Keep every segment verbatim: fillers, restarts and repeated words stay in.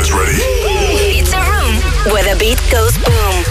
guys ready? It's a room where the beat goes boom.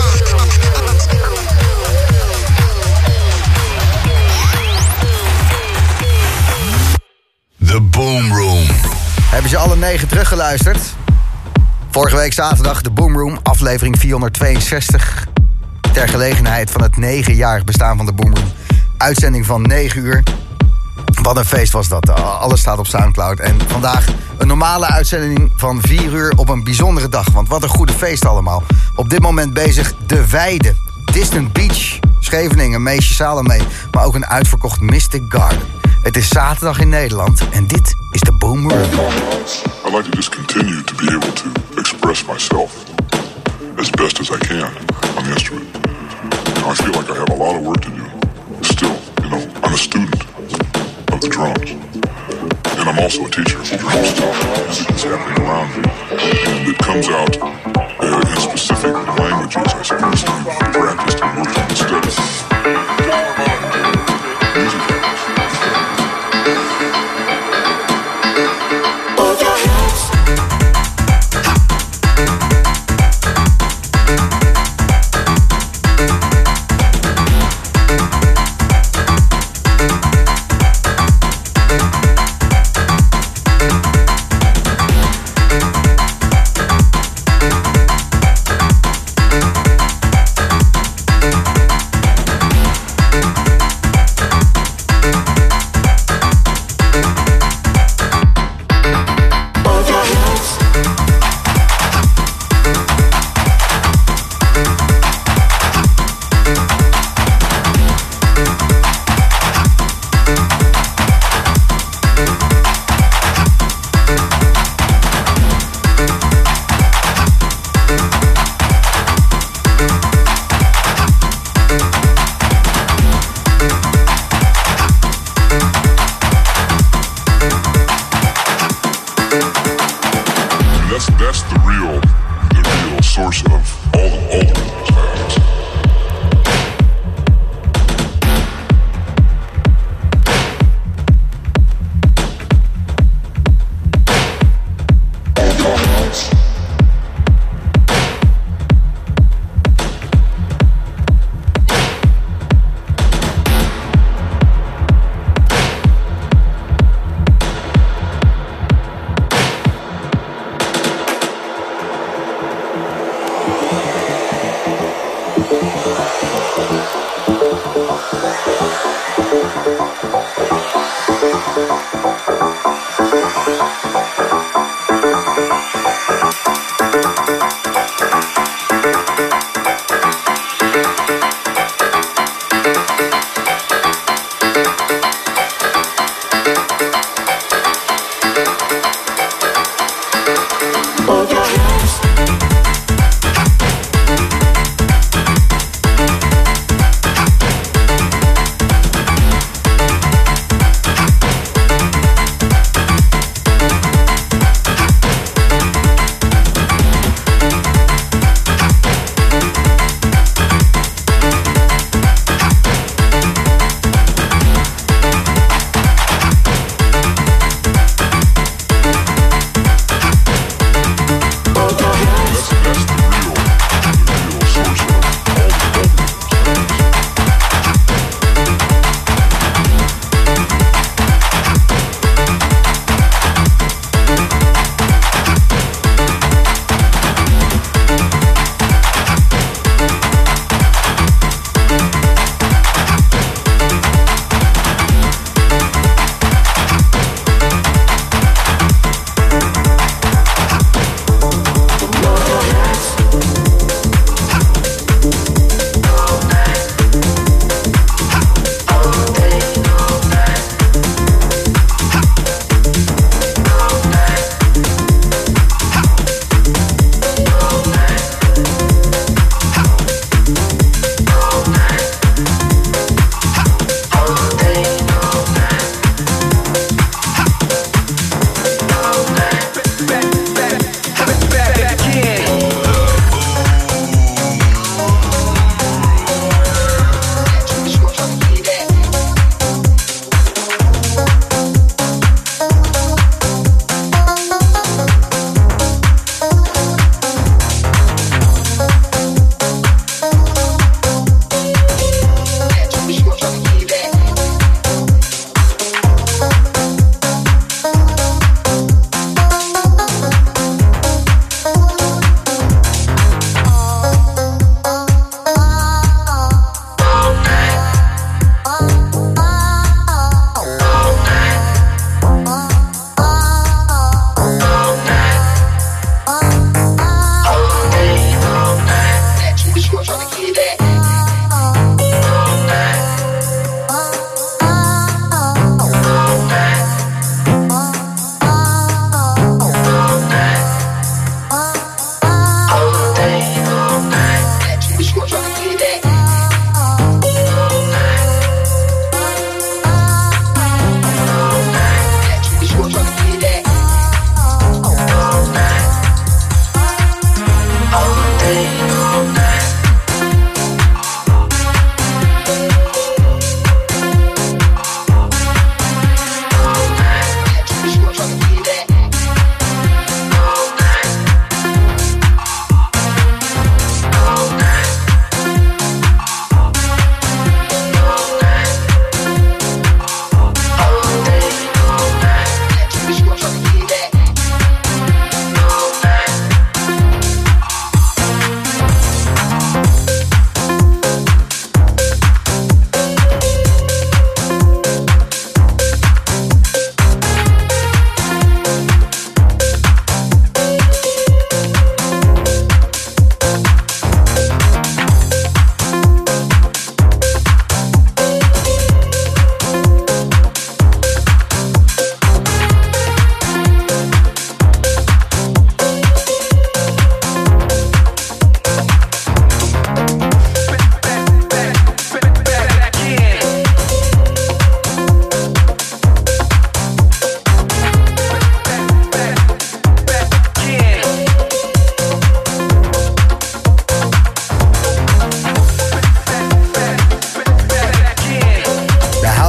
The Boom Room. Hebben ze alle negen teruggeluisterd? Vorige week zaterdag de Boom Room, aflevering vierhonderdtweeënzestig. Ter gelegenheid van het negenjarig bestaan van de Boom Room. Uitzending van negen uur. Wat een feest was dat. Alles staat op Soundcloud. En vandaag een normale uitzending van vier uur op een bijzondere dag. Want wat een goede feest allemaal. Op dit moment bezig De Weide, Distant Beach, Scheveningen, Meisje Salome. Maar ook een uitverkocht Mystic Garden. Het is zaterdag in Nederland en dit is de Boom Room. I'd like to just continue to be able to express myself as best as I can on the instrument. You know, I feel like I have a lot of work to do still. You know, I'm a student of the drums. And I'm also a teacher of drums too. Music is happening around me. And it comes out uh, in specific languages, I suppose, to be practiced and worked on and studied. Music happens.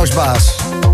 housebaas.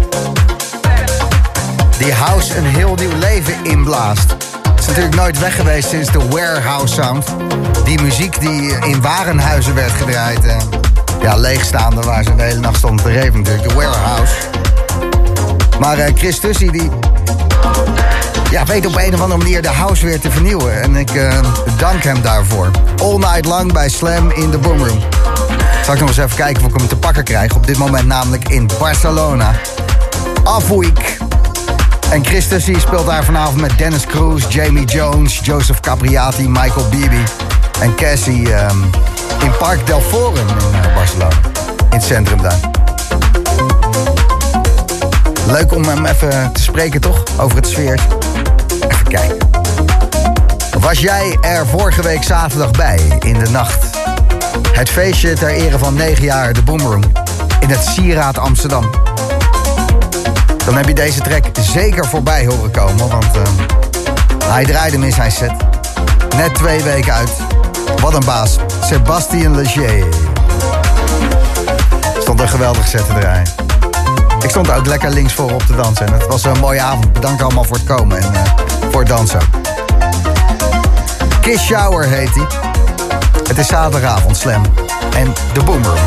Die house een heel nieuw leven inblaast. Het is natuurlijk nooit weg geweest sinds de warehouse sound. Die muziek die in warenhuizen werd gedraaid. En ja, leegstaande waar ze de hele nacht stonden te reven natuurlijk. De warehouse. Maar uh, Chris Tussy die ja, weet op een of andere manier de house weer te vernieuwen. En ik uh, dank hem daarvoor. All night long bij Slam in de Boomroom. Zal ik nog eens even kijken of ik hem te pakken krijg. Op dit moment namelijk in Barcelona. Afweek. En Chris Tussy speelt daar vanavond met Dennis Cruz, Jamie Jones, Joseph Capriati, Michael Bibi en Cassie um, in Parc del Forum in uh, Barcelona. In het centrum daar. Leuk om hem even te spreken toch? Over het sfeertje. Even kijken. Was jij er vorige week zaterdag bij in de nacht? Het feestje ter ere van negen jaar de Boomroom in het Sieraad Amsterdam. Dan heb je deze track zeker voorbij horen komen, want uh, hij draaide hem in zijn set. Net twee weken uit. Wat een baas. Sébastien Léger. Stond een geweldig set te draaien. Ik stond ook lekker links voor op te dansen. En het was een mooie avond. Bedankt allemaal voor het komen en uh, voor het dansen. Kiss Shower heet hij. Het is zaterdagavond, Slam. En de Boomroom.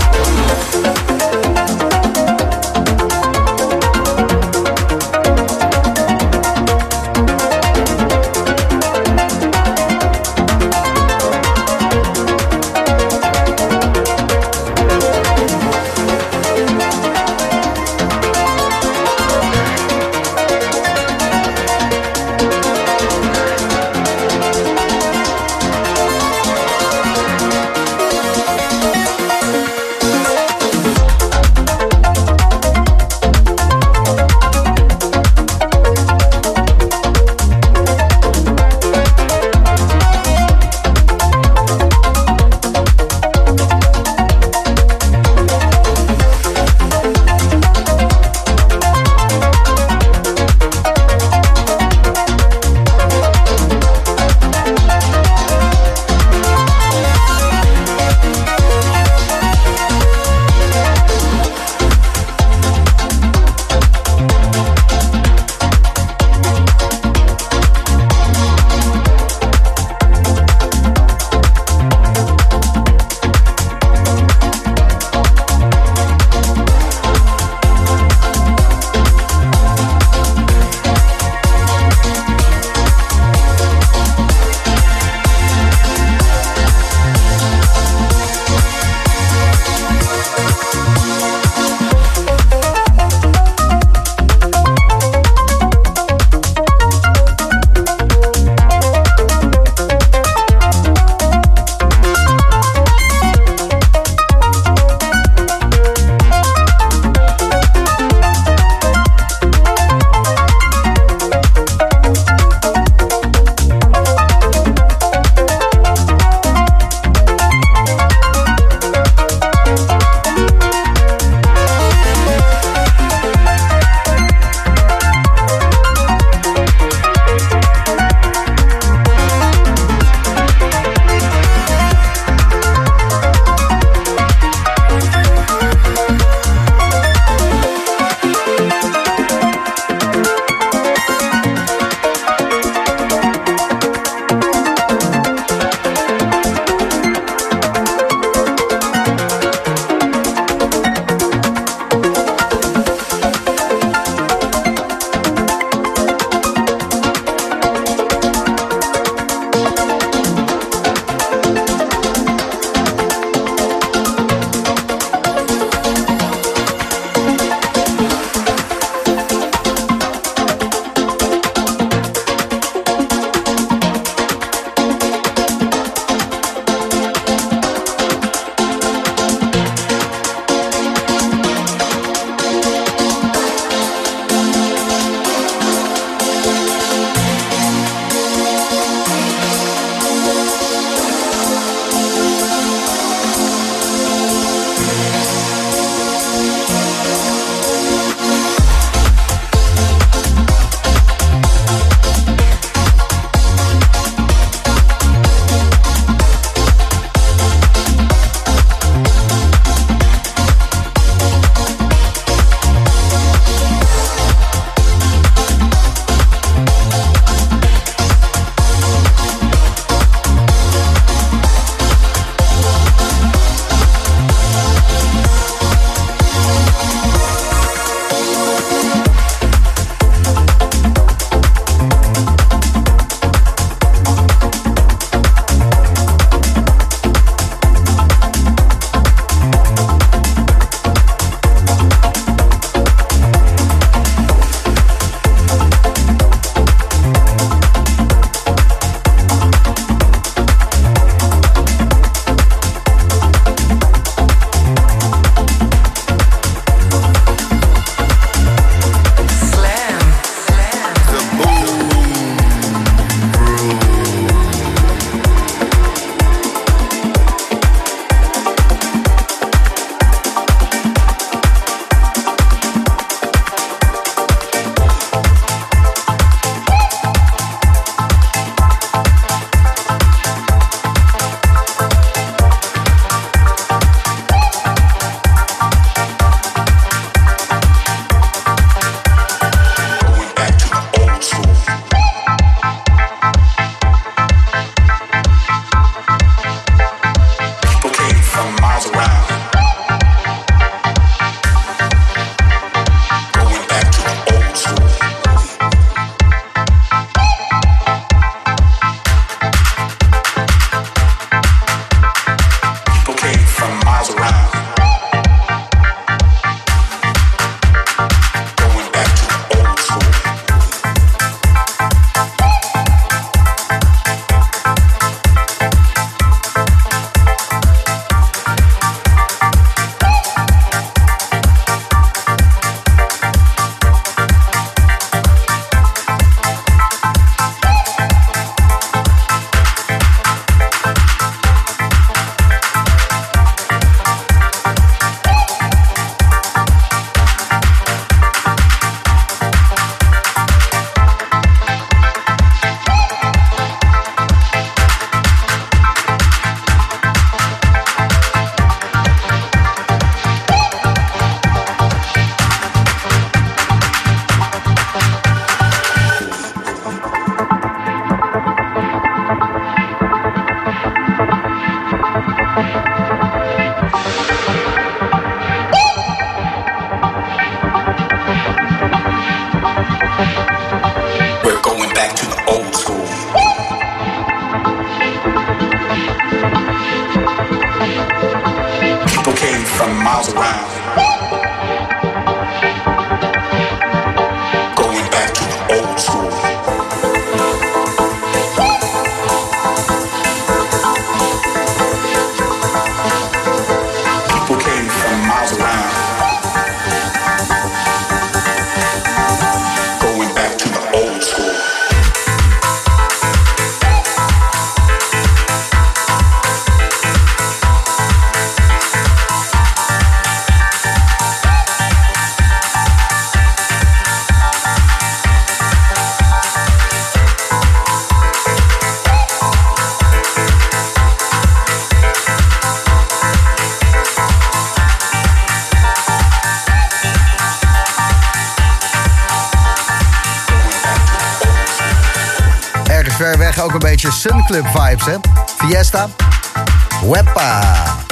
ver weg ook een beetje Sun Club vibes, hè? Fiesta. Weppa.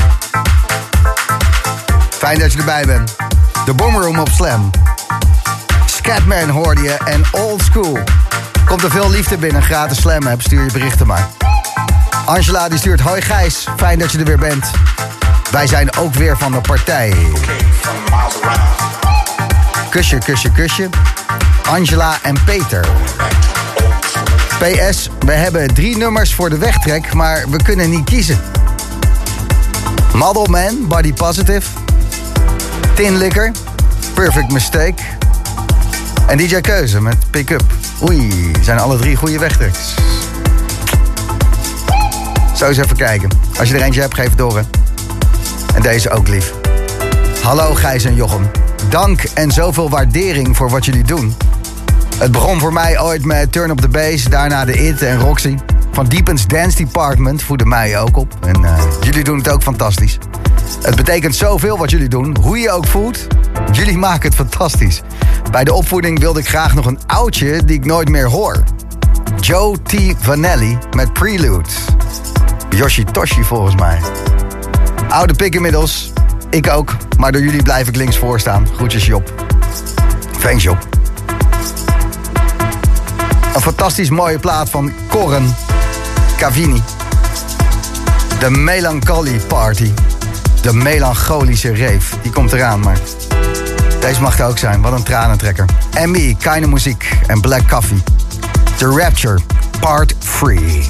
Fijn dat je erbij bent. De Boom Room op Slam. Scatman hoorde je en Old School. Komt er veel liefde binnen, gratis Slam app, stuur je berichten maar. Angela die stuurt, hoi Gijs, fijn dat je er weer bent. Wij zijn ook weer van de partij. Kusje, kusje, kusje. Angela en Peter. P S, we hebben drie nummers voor de wegtrek, maar we kunnen niet kiezen. Model Man, Body Positive. Tin Liquor, Perfect Mistake. En D J Keuze met Pick Up. Oei, zijn alle drie goede wegtreks. Zo eens even kijken. Als je er eentje hebt, geef het door, hè. En deze ook lief. Hallo Gijs en Jochem. Dank en zoveel waardering voor wat jullie doen. Het begon voor mij ooit met Turn Up The Bass, daarna de It en Roxy. Van Deepens Dance Department voedde mij ook op. En uh, jullie doen het ook fantastisch. Het betekent zoveel wat jullie doen, hoe je ook voelt. Jullie maken het fantastisch. Bij de opvoeding wilde ik graag nog een oudje die ik nooit meer hoor. Joe T. Vanelli met Prelude. Yoshitoshi volgens mij. Oude pik inmiddels. Ik ook. Maar door jullie blijf ik links voor staan. Groetjes Job. Thanks Job. Een fantastisch mooie plaat van Coren Cavini. De Melancholy Party. De melancholische rave. Die komt eraan, maar deze mag er ook zijn. Wat een tranentrekker. En Me, Keine Muziek en Black Coffee. The Rapture, Part drie.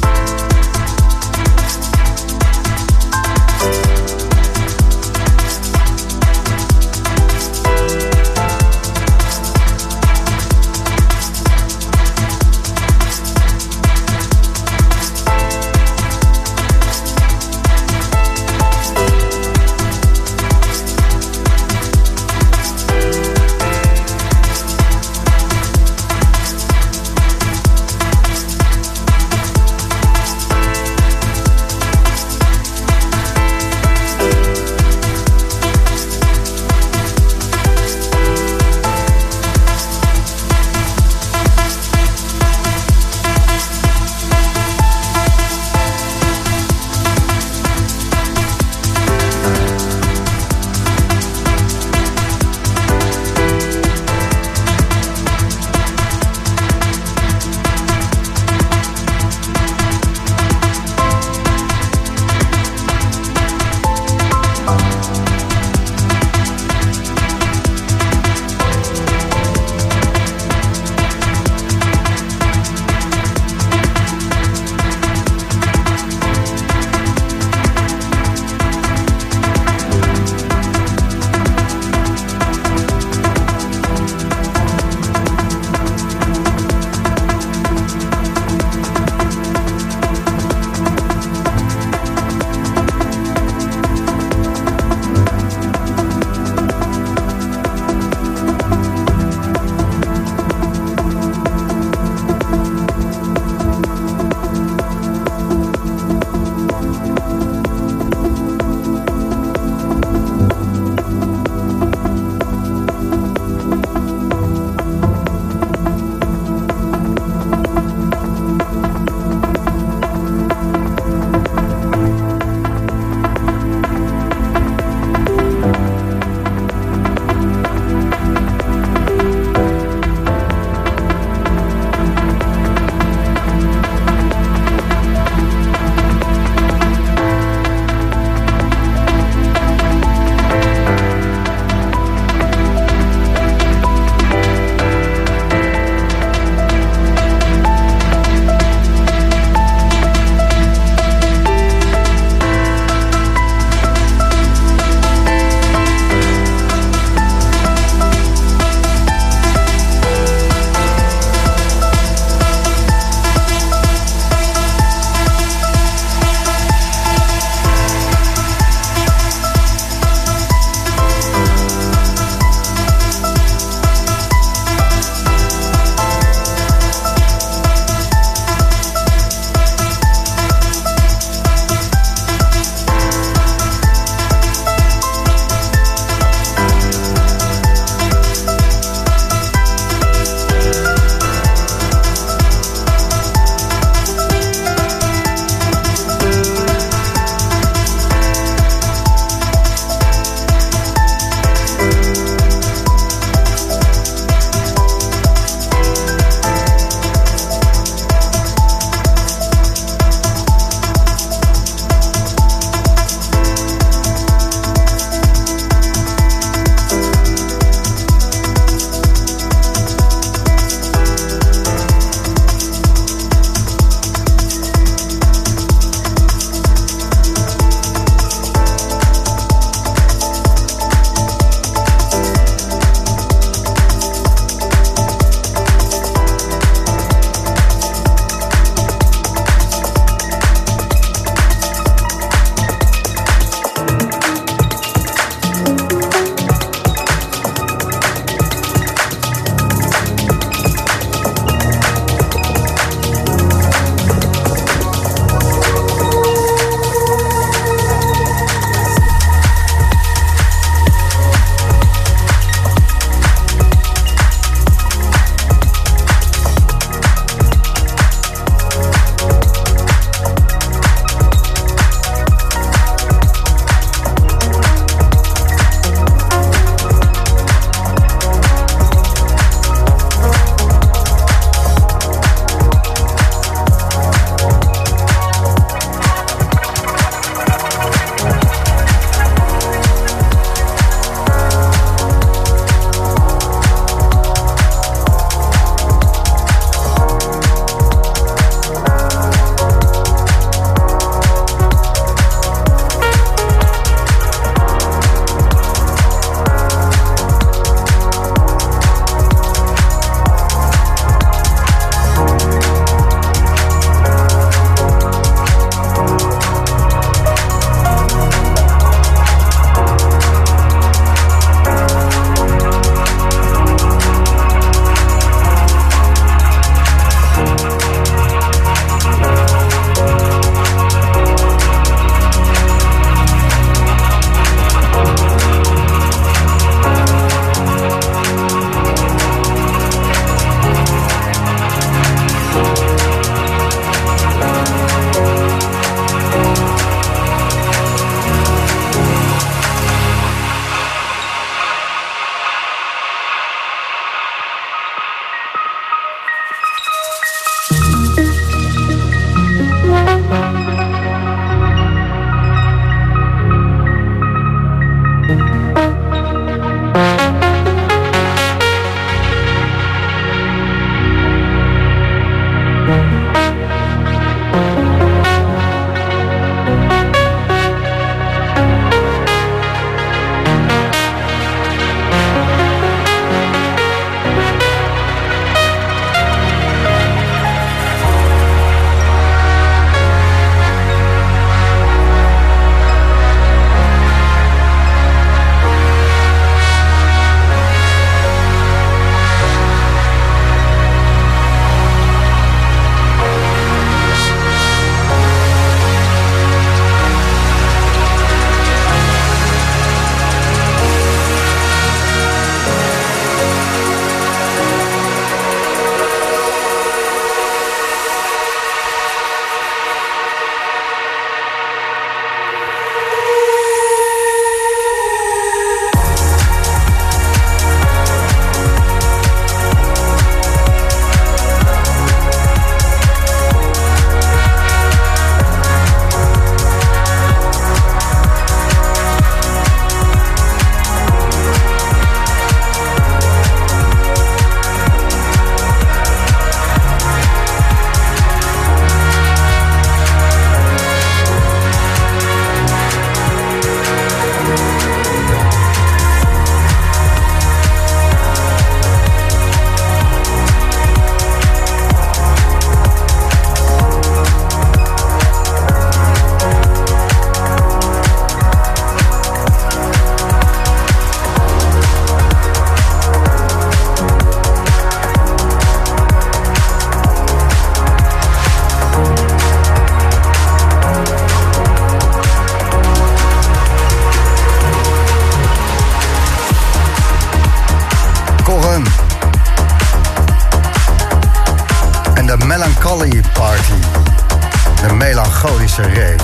Melancholy Party. De melancholische rave.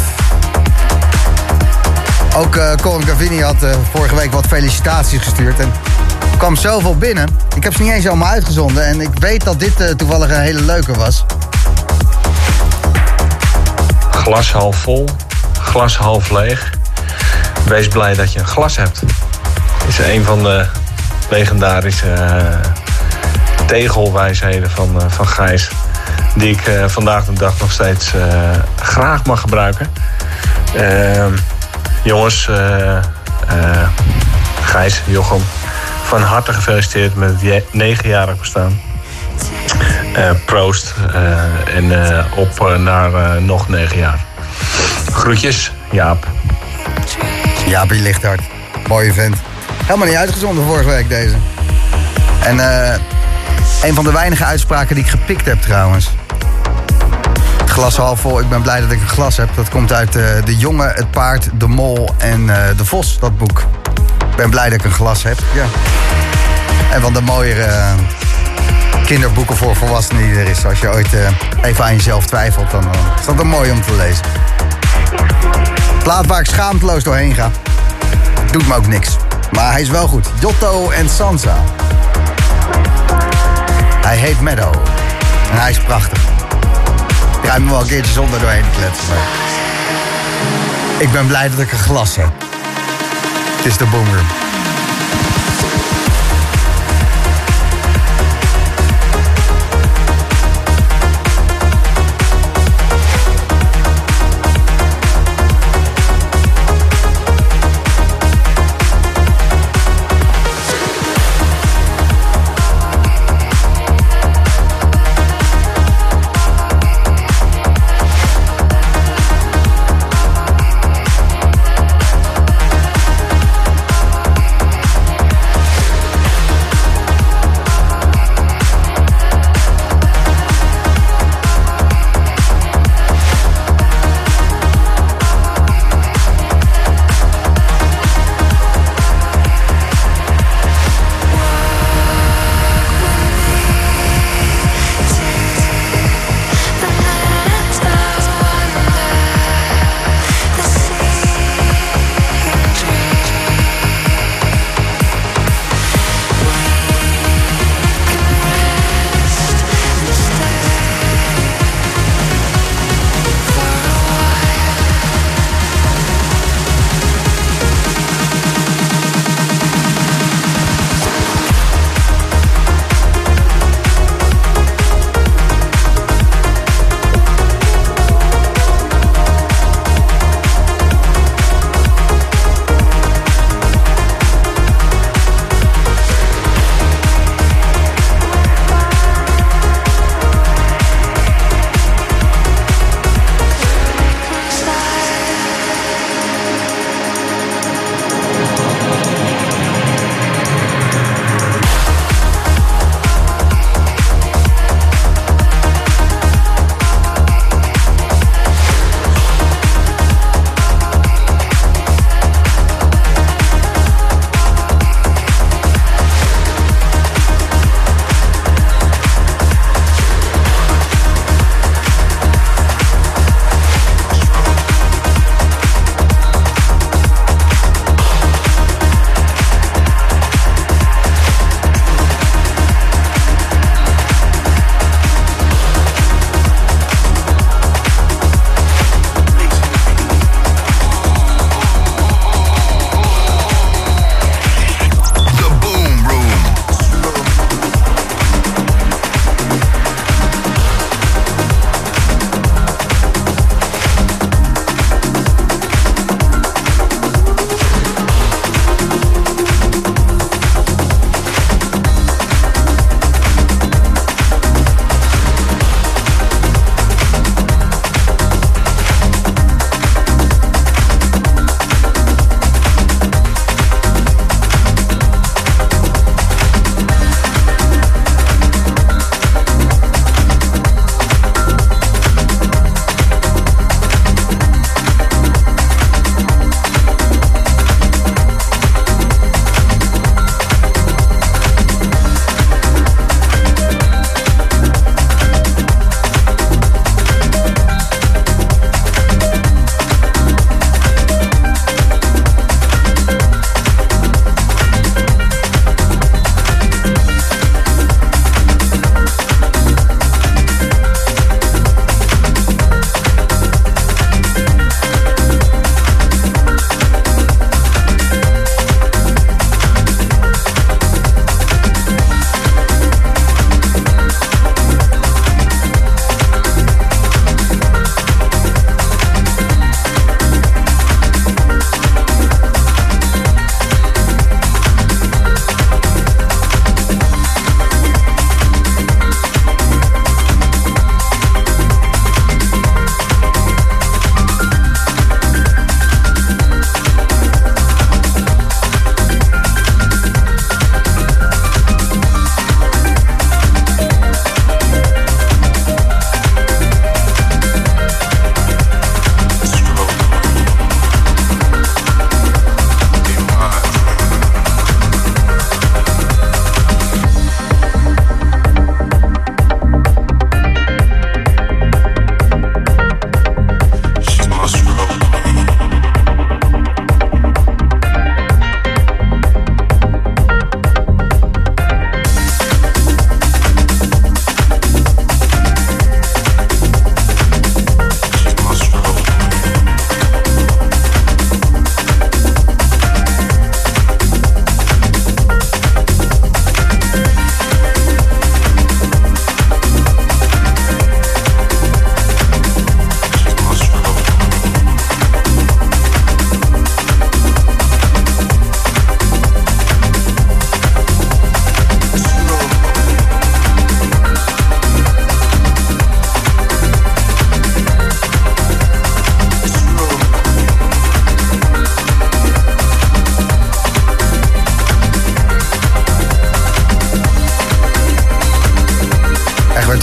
Ook uh, Corin Gavini had uh, vorige week wat felicitaties gestuurd. En er kwam zoveel binnen. Ik heb ze niet eens allemaal uitgezonden. En ik weet dat dit uh, toevallig een hele leuke was. Glas half vol, glas half leeg. Wees blij dat je een glas hebt. Is een van de legendarische uh, tegelwijsheden van, uh, van Gijs. Die ik uh, vandaag de dag nog steeds uh, graag mag gebruiken. Uh, jongens, uh, uh, Gijs, Jochem, van harte gefeliciteerd met het negenjarig bestaan. Uh, proost uh, en uh, op uh, naar uh, nog negen jaar. Groetjes, Jaap. Jaapie Lichthart. Mooie vent. Helemaal niet uitgezonden vorige week deze. En uh, een van de weinige uitspraken die ik gepikt heb trouwens. Het glas half vol, ik ben blij dat ik een glas heb. Dat komt uit uh, De Jongen, Het Paard, De Mol en uh, De Vos, dat boek. Ik ben blij dat ik een glas heb, ja. En van de mooiere uh, kinderboeken voor volwassenen die er is. Als je ooit uh, even aan jezelf twijfelt, dan uh, is dat een mooi om te lezen. Plaat waar ik schaamteloos doorheen ga. Doet me ook niks. Maar hij is wel goed. Jotto en Sansa. Hij heet Meadow. En hij is prachtig. Ik draai me wel een keertje zonder doorheen te kletsen. Maar ik ben blij dat ik een glas heb. Het is de Boom Room.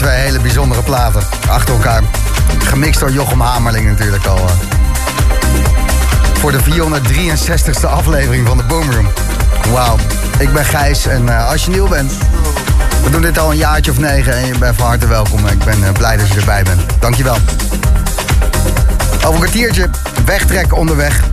twee hele bijzondere platen achter elkaar. Gemixt door Jochem Hamerling natuurlijk al. Uh, voor de vierhonderddrieënzestigste aflevering van de Boomroom. Wauw, ik ben Gijs en uh, als je nieuw bent... We doen dit al een jaartje of negen en je bent van harte welkom. Ik ben uh, blij dat je erbij bent. Dankjewel. Over een kwartiertje, wegtrek onderweg.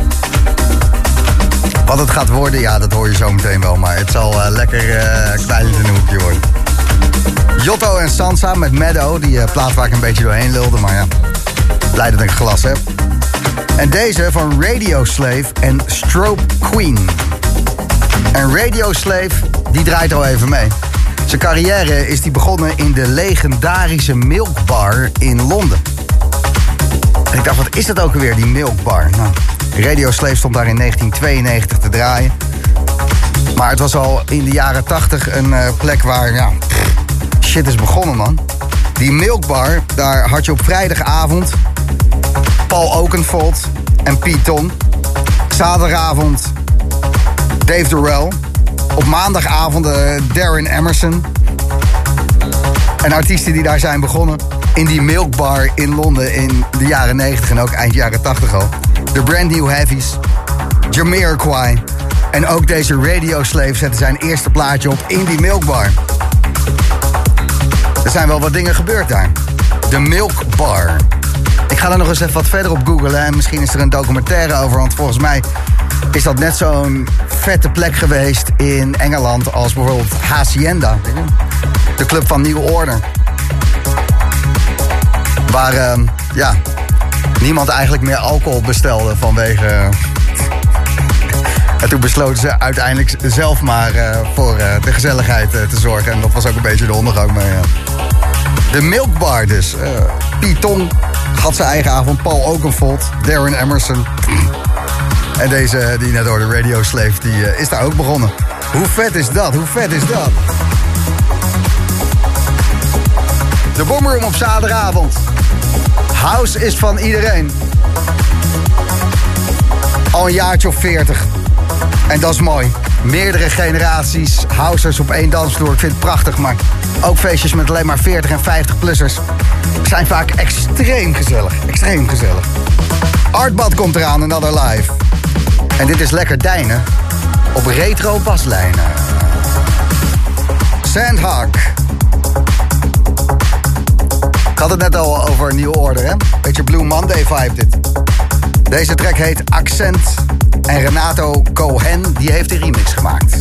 Wat het gaat worden, ja, dat hoor je zo meteen wel. Maar het zal uh, lekker uh, klein in een hoekje worden. Jotto en Sansa met Meadow. Die uh, plaat waar ik een beetje doorheen lulde. Maar ja, blij dat ik glas heb. En deze van Radio Slave en Strobe Queen. En Radio Slave, die draait al even mee. Zijn carrière is die begonnen in de legendarische Milk Bar in Londen. En ik dacht, wat is dat ook alweer, die Milk Bar? Nou, Radio Slave stond daar in negentien tweeënnegentig te draaien. Maar het was al in de jaren tachtig een uh, plek waar, ja, pff, shit is begonnen, man. Die Milk Bar, daar had je op vrijdagavond Paul Oakenfold en Pete Tong. Zaterdagavond Dave Durrell. Op maandagavond uh, Darren Emerson. En artiesten die daar zijn begonnen in die Milk Bar in Londen in de jaren negentig en ook eind jaren tachtig al. De Brand New Heavies, Jamiroquai. En ook deze Radio Slave zette zijn eerste plaatje op in die Milk Bar. Er zijn wel wat dingen gebeurd daar. De Milk Bar. Ik ga er nog eens even wat verder op googlen en misschien is er een documentaire over, want volgens mij is dat net zo'n vette plek geweest in Engeland als bijvoorbeeld Hacienda. De club van New Order. Waar uh, ja, niemand eigenlijk meer alcohol bestelde vanwege... Uh, en toen besloten ze uiteindelijk zelf maar uh, voor uh, de gezelligheid uh, te zorgen. En dat was ook een beetje de ondergang mee. Uh. De Milk Bar dus. Uh, Pete Tong had zijn eigen avond. Paul Oakenfold, Darren Emerson. En deze die net door de Radio Slave, die uh, is daar ook begonnen. Hoe vet is dat? Hoe vet is dat? De Boomroom op zaterdagavond. House is van iedereen. Al een jaartje of veertig. En dat is mooi. Meerdere generaties housers op één dansvloer. Ik vind het prachtig, maar ook feestjes met alleen maar veertig en vijftig-plussers zijn vaak extreem gezellig. Extreem gezellig. Artbad komt eraan, Another Live. En dit is lekker deinen op retro baslijnen. Sandhawk. Ik had het net al over New Order, hè? Beetje Blue Monday vibe dit. Deze track heet Accent. En Renato Cohen, die heeft een remix gemaakt.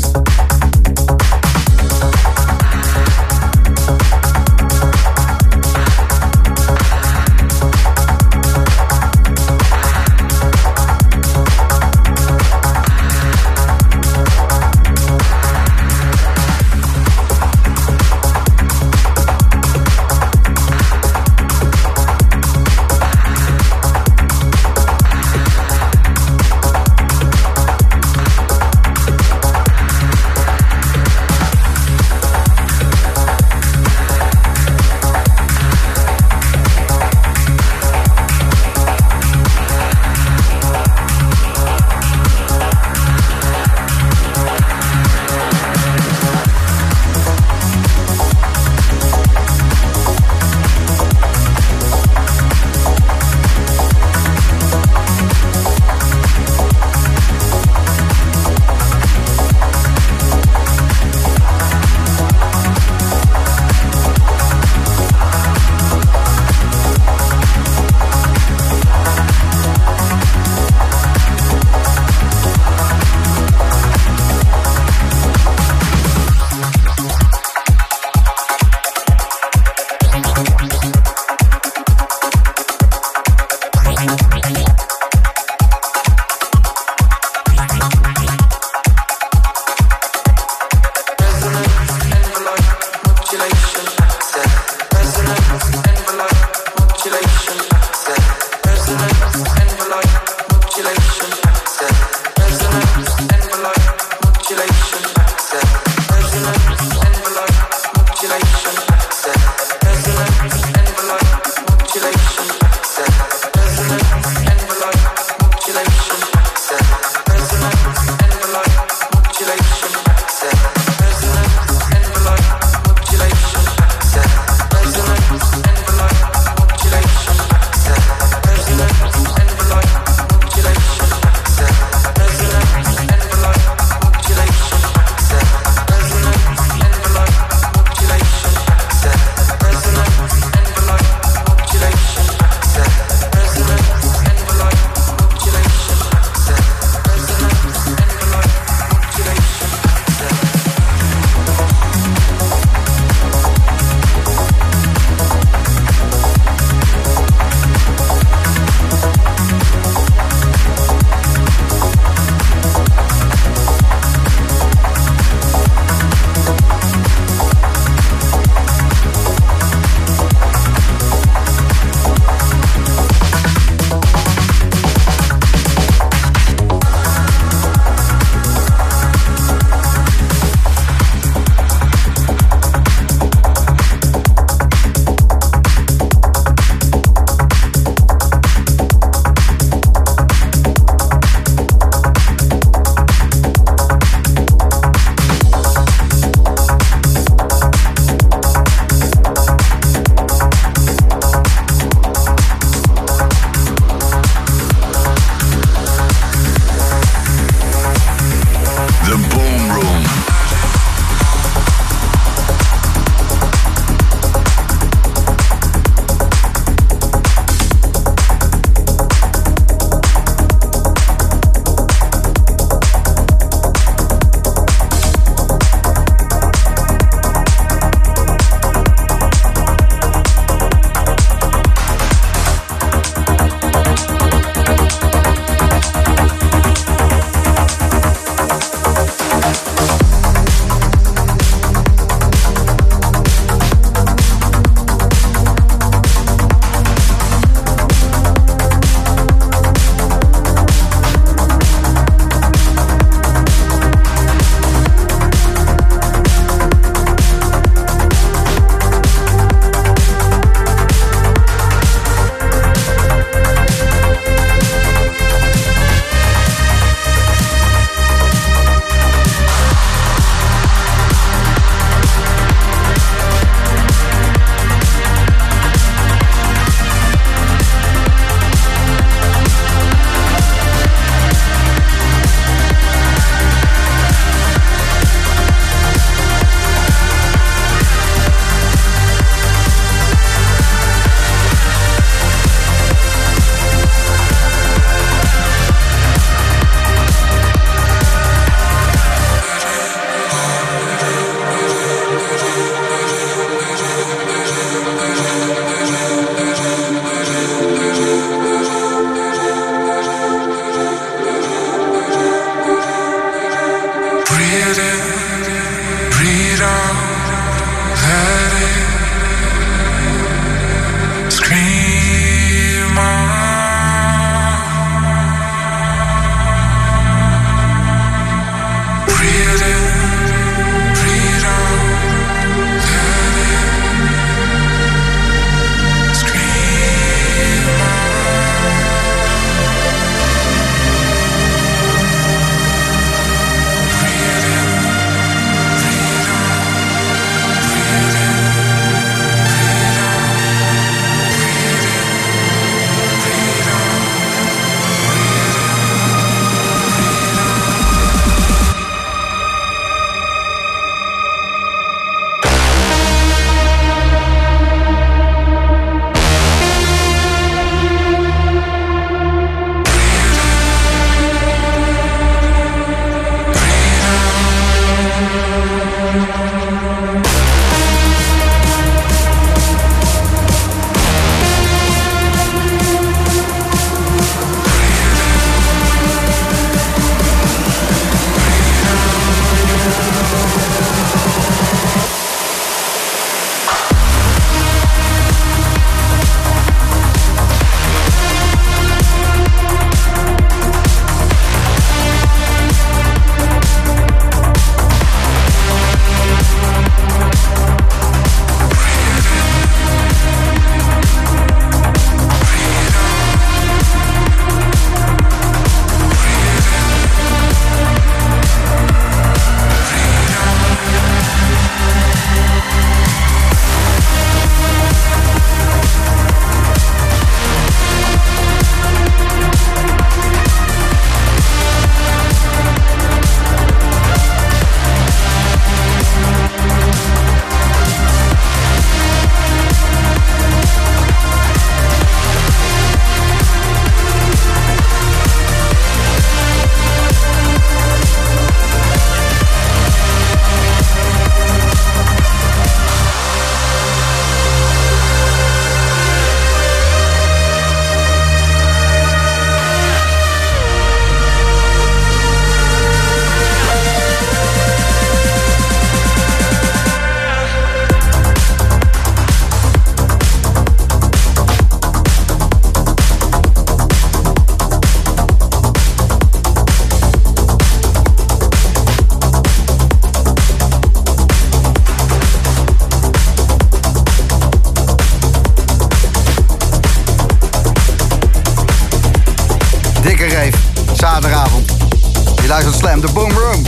Slam, de Boom Room.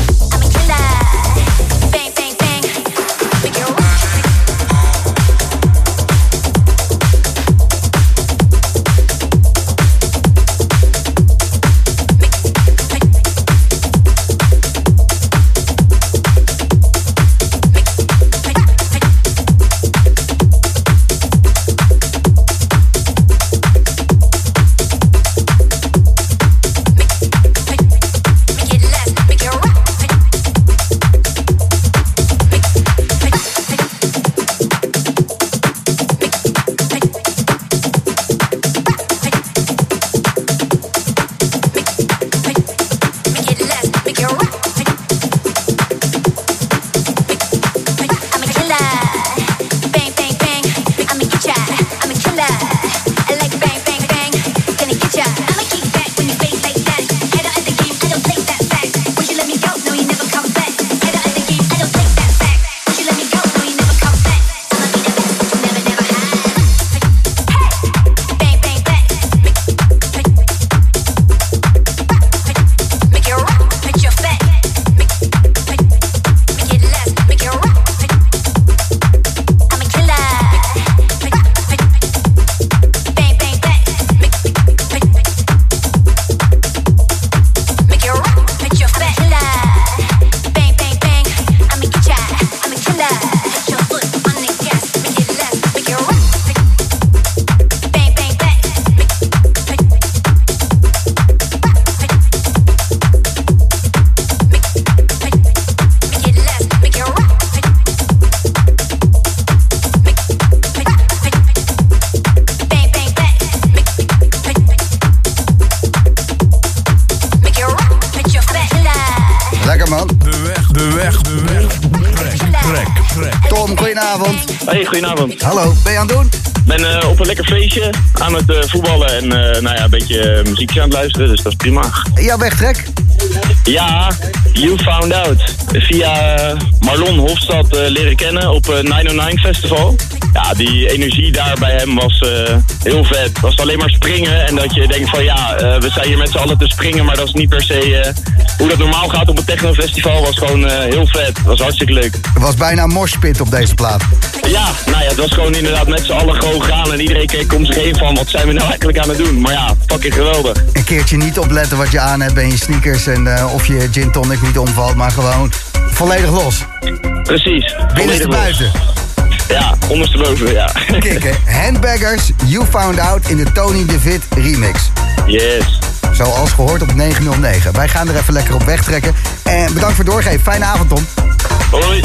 Hey, goedenavond. Hallo, ben je aan het doen? Ik ben uh, op een lekker feestje aan het uh, voetballen en uh, nou ja, een beetje uh, muziekje aan het luisteren, dus dat is prima. Jouw wegtrek? Ja, You Found Out. Via uh, Marlon Hofstad uh, leren kennen op uh, negen Festival. Ja, die energie daar bij hem was uh, heel vet. Het was alleen maar springen en dat je denkt van ja, uh, we zijn hier met z'n allen te springen, maar dat is niet per se uh, hoe dat normaal gaat op een technofestival. Was gewoon uh, heel vet. Het was hartstikke leuk. Er was bijna een moshpit op deze plaat. Ja, nou ja, het was gewoon inderdaad met z'n allen gewoon gaan en iedereen keek om zich heen van wat zijn we nou eigenlijk aan het doen. Maar ja, fucking geweldig. Een keertje niet opletten wat je aan hebt en je sneakers en uh, of je gin tonic niet omvalt, maar gewoon volledig los. Precies. Binnenste buiten. Ja, ondersteboven, ja. Kikken. Handbaggers, You Found Out in de Tony DeVit remix. Yes. Zoals gehoord op negen nul negen. Wij gaan er even lekker op wegtrekken. En bedankt voor het doorgeven. Fijne avond, Tom. Hoi.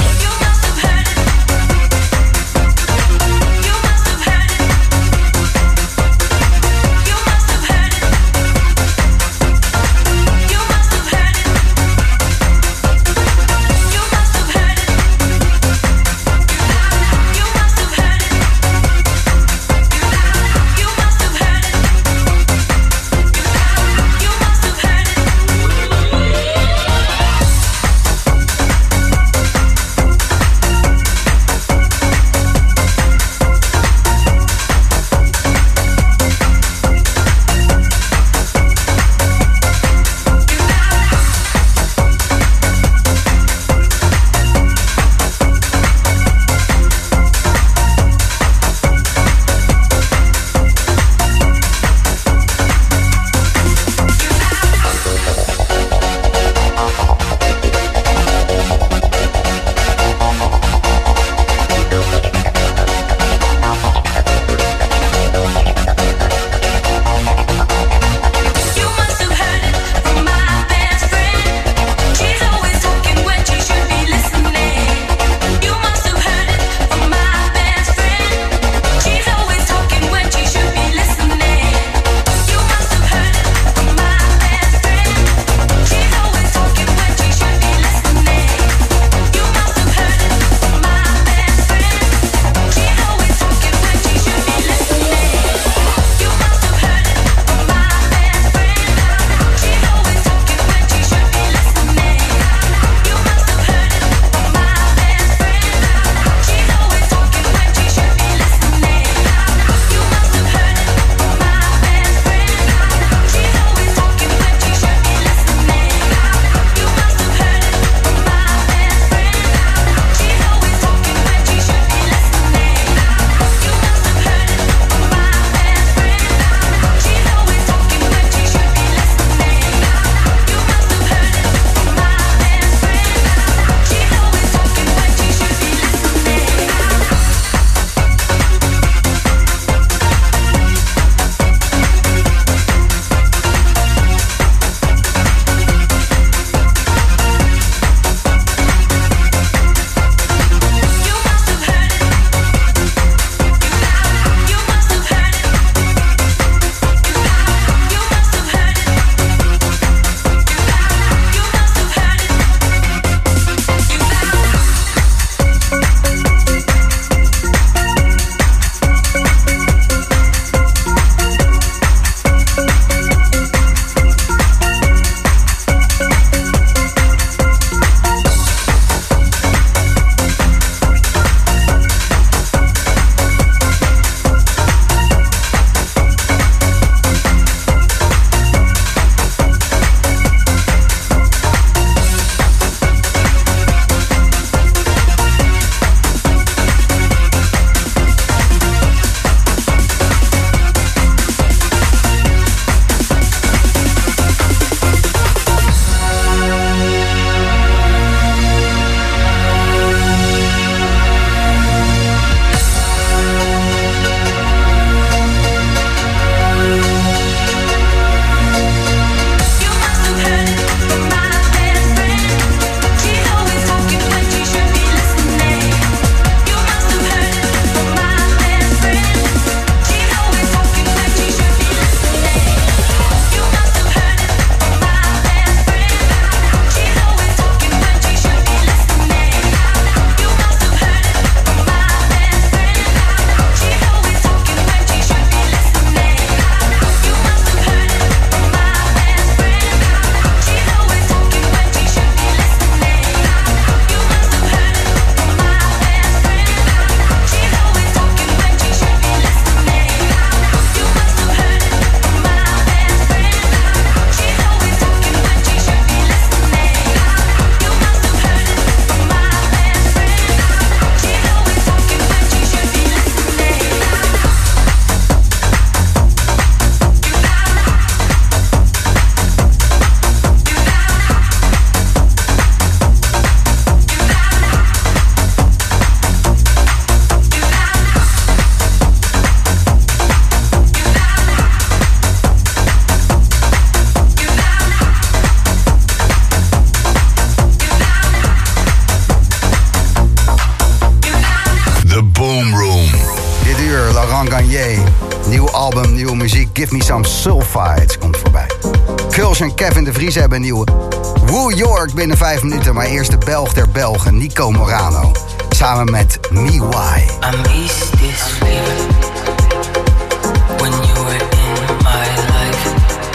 Laurent Garnier. Nieuw album, nieuwe muziek. Give Me Some Sulfides komt voorbij. Kuls en Kevin de Vries hebben een nieuwe. Woo York binnen vijf minuten. Maar eerst de Belg der Belgen, Nico Morano. Samen met Me Why. I miss this feeling when you were in my life.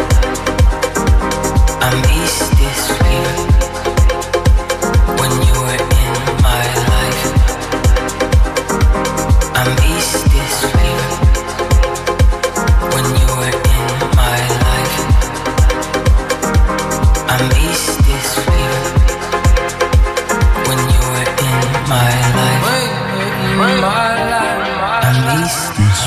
I miss this feeling when you were in my life. I miss this feeling when you were in my life. I miss this feeling when you were in my life. I miss this.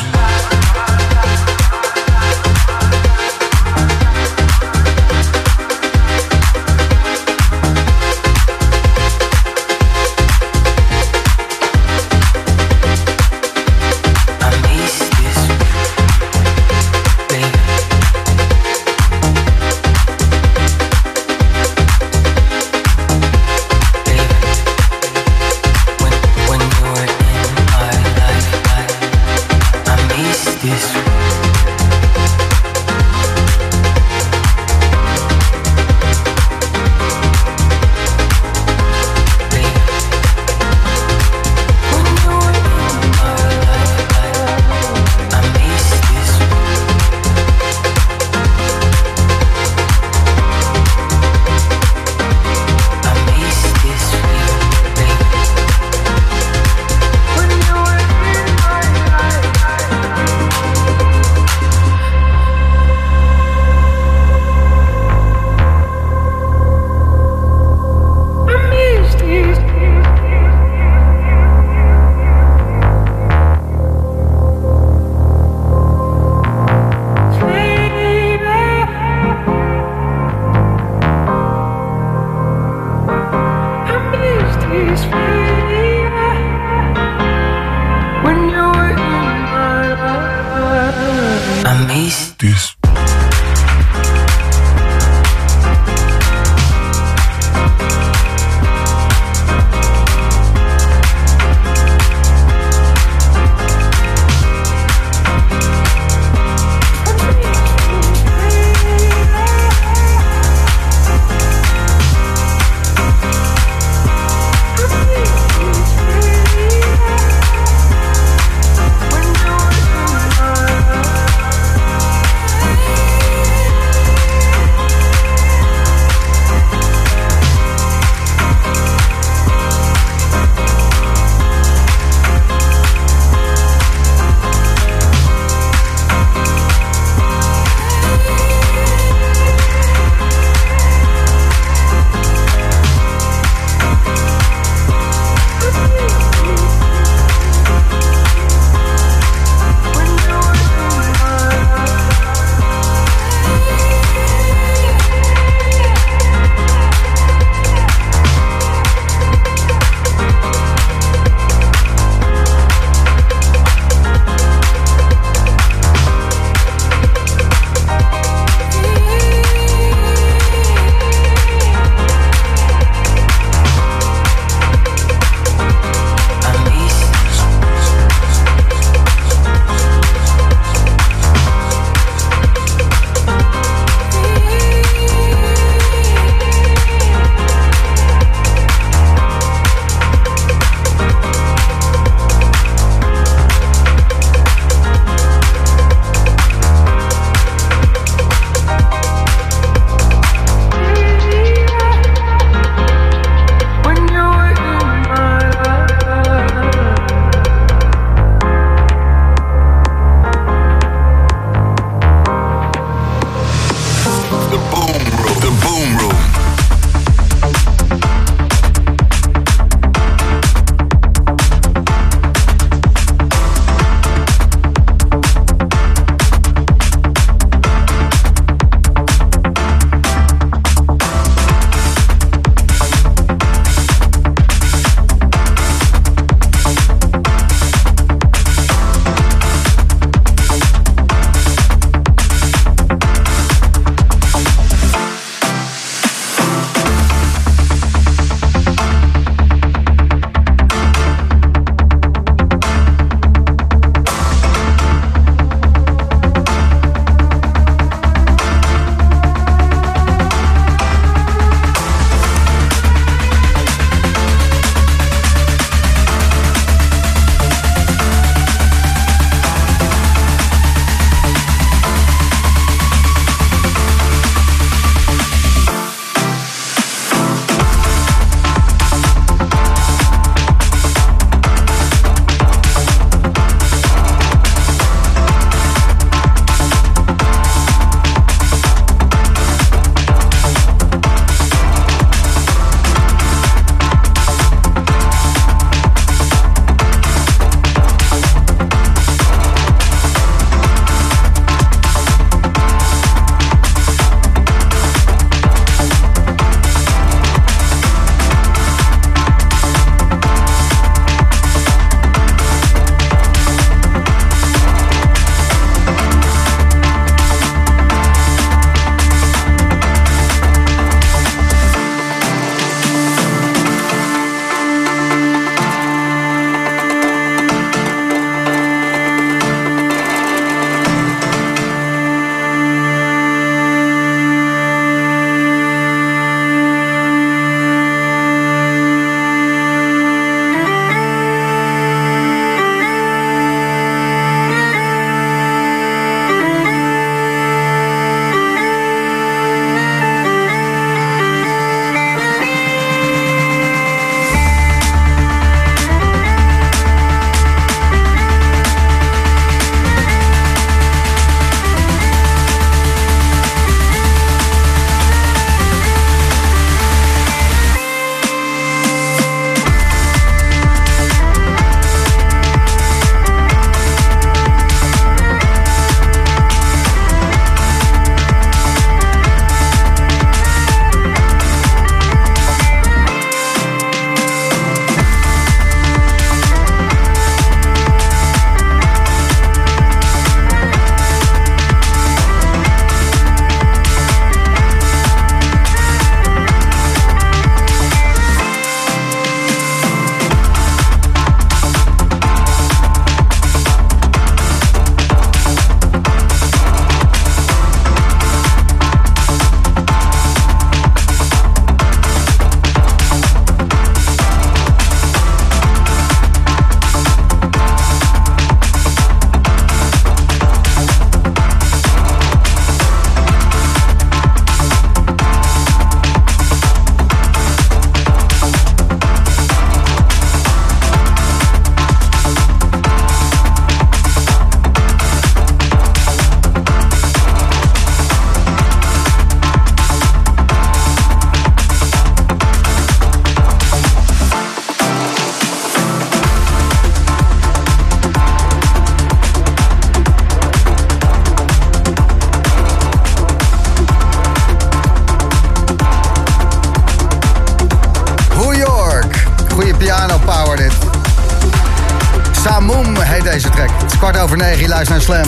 deze track. Het is kwart over negen, je luistert naar Slam.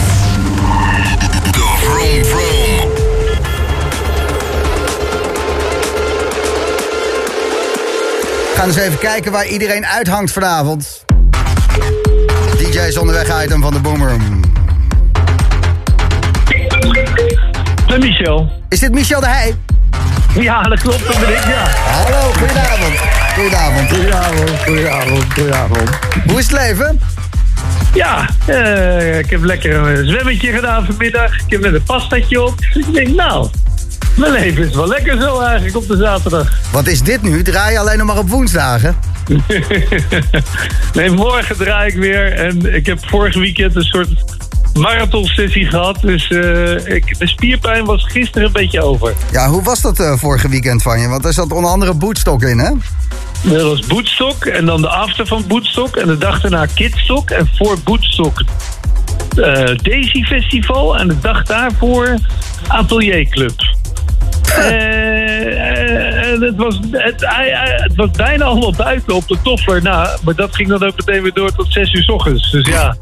De Vroom Vroom. We gaan eens even kijken waar iedereen uithangt vanavond. D J's onderweg item van de Boom Room. Met Michel. Is dit Michel de Heij? Ja, dat klopt, dat ben ik, ja. Hallo, goedenavond. Goedenavond. Goedenavond, goedenavond, goedenavond. Hoe is het leven? Ja, uh, ik heb lekker een zwemmetje gedaan vanmiddag. Ik heb net een pastatje op. Ik denk, nou, mijn leven is wel lekker zo eigenlijk op de zaterdag. Wat is dit nu? Draai je alleen nog maar op woensdagen? Nee, morgen draai ik weer. En ik heb vorig weekend een soort marathonsessie gehad. Dus uh, ik, de spierpijn was gisteren een beetje over. Ja, hoe was dat uh, vorige weekend van je? Want er zat onder andere Boetstok in, hè? Dat was Boetstok en dan de after van Boetstok. En de dag daarna Kidstok. En voor Boetstok uh, Daisy Festival. En de dag daarvoor Atelier Club. Uh, uh, het, was, het, uh, het was bijna allemaal buiten op de toffer. Nou, maar dat ging dan ook meteen weer door tot zes uur 's ochtends. Dus ja.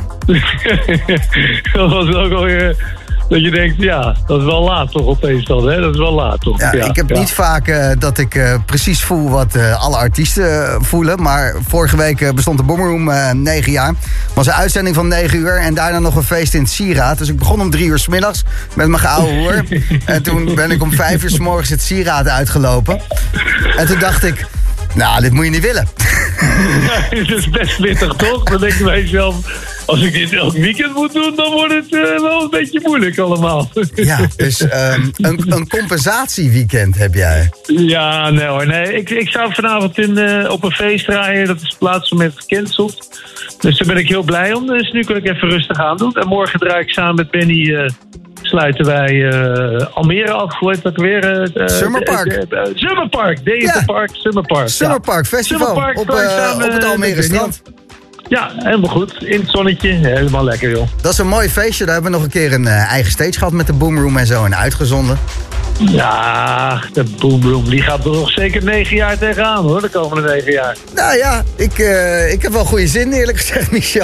Dat was ook alweer dat je denkt, ja, dat is wel laat toch opeens dan, hè? Dat is wel laat toch? Ja, ja ik heb ja. niet vaak uh, dat ik uh, precies voel wat uh, alle artiesten uh, voelen. Maar vorige week uh, bestond de Boom Room uh, negen jaar. Het was een uitzending van negen uur en daarna nog een feest in het Sieraad. Dus ik begon om drie uur 's middags met mijn geouwe hoer. En toen ben ik om vijf uur 's morgens het Sieraad uitgelopen. En toen dacht ik, nou, dit moet je niet willen. Ja, het is best pittig, toch? Dan denk je bij jezelf, als ik dit elk weekend moet doen, dan wordt het uh, wel een beetje moeilijk allemaal. Ja, dus um, een, een compensatieweekend heb jij. Ja, nee hoor. Nee, ik, ik zou vanavond in, uh, op een feest draaien. Dat is plaatsmoment gecanceld. Dus daar ben ik heel blij om. Dus nu kan ik even rustig aan doen. En morgen draai ik samen met Benny... Uh, sluiten wij uh, Almere af. Hoe heet dat weer? Uh, Summerpark. Uh, uh, Summerpark. Deze Ja. Park, Summerpark. Summerpark Festival Summerpark, op, uh, samen, op het Almere strand. Ja, helemaal goed. In het zonnetje. Helemaal lekker, joh. Dat is een mooi feestje. Daar hebben we nog een keer een uh, eigen stage gehad met de Boom Room en zo en uitgezonden. Ja, de Boom Room, die gaat er nog zeker negen jaar tegenaan, hoor. De komende negen jaar. Nou ja, ik, uh, ik heb wel goede zin, eerlijk gezegd, Michel.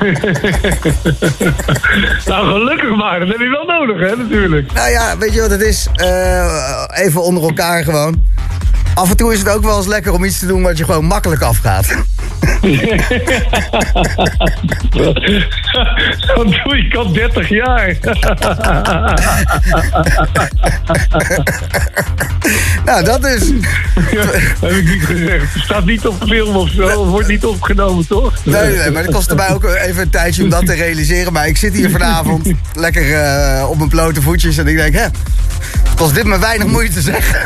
Nou, gelukkig maar. Dat heb je wel nodig, hè, natuurlijk. Nou ja, weet je wat het is? Uh, even onder elkaar gewoon. Af en toe is het ook wel eens lekker om iets te doen wat je gewoon makkelijk afgaat. Dat doe ik al dertig jaar. Nou, dat is... Ja, heb ik niet gezegd. Het staat niet op film of zo. Het wordt niet opgenomen, toch? Nee, nee, maar dat kostte mij ook even een tijdje om dat te realiseren. Maar ik zit hier vanavond lekker uh, op mijn blote voetjes en ik denk, hè, kost dit me weinig moeite, zeg.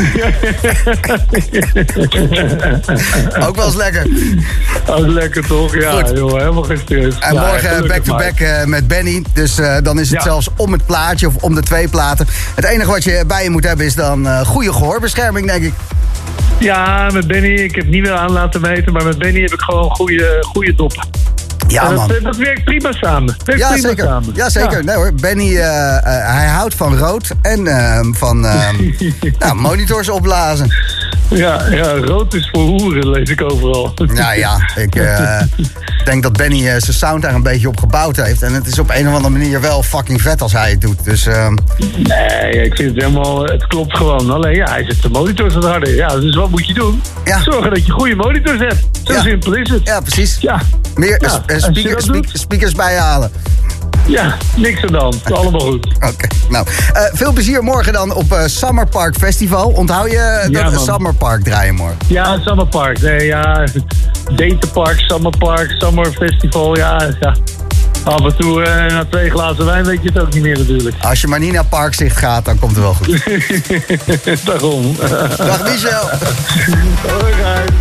Ook wel eens lekker. Ook lekker, toch? Ja, Goed. joh, helemaal geen stress. En ja, morgen back-to-back uh, met Benny. Dus uh, dan is het Ja. zelfs om het plaatje of om de twee platen. Het enige wat je bij je moet hebben is dan uh, goede gehoorbescherming, denk ik. Ja, met Benny, ik heb niet meer aan laten meten, maar met Benny heb ik gewoon goede, goede doppen. Ja, En man. dat, dat werkt prima samen. Werkt Ja, prima zeker. Samen. Ja, zeker. Ja. Nee hoor, Benny, uh, uh, hij houdt van rood en uh, van uh, nou, monitors opblazen. Ja, ja, rood is voor hoeren, lees ik overal. Nou ja, ik uh, denk dat Benny uh, zijn sound daar een beetje op gebouwd heeft. En het is op een of andere manier wel fucking vet als hij het doet. Dus, uh, Nee, ik vind het helemaal... Het klopt gewoon. Alleen ja, hij zet zijn monitors wat harder. Ja, dus wat moet je doen? Ja. Zorgen dat je goede monitors hebt. Zo Ja. simpel is het. ja, precies. Ja. Meer Ja, uh, als je speaker, dat speak- doet. speakers bijhalen. Ja, niks aan de hand. Allemaal goed. Oké, nou. Uh, veel plezier morgen dan op uh, Summer Park Festival. Onthoud je dat Ja, man. Summer Park draaien morgen? Ja, Summer Park. Nee, ja, Datenpark, Summer Park, Summer Festival. Ja, ja. Af en toe uh, na twee glazen wijn weet je het ook niet meer natuurlijk. Als je maar niet naar Parkzicht gaat, dan komt het wel goed. Daarom. Dag Michel. Alright.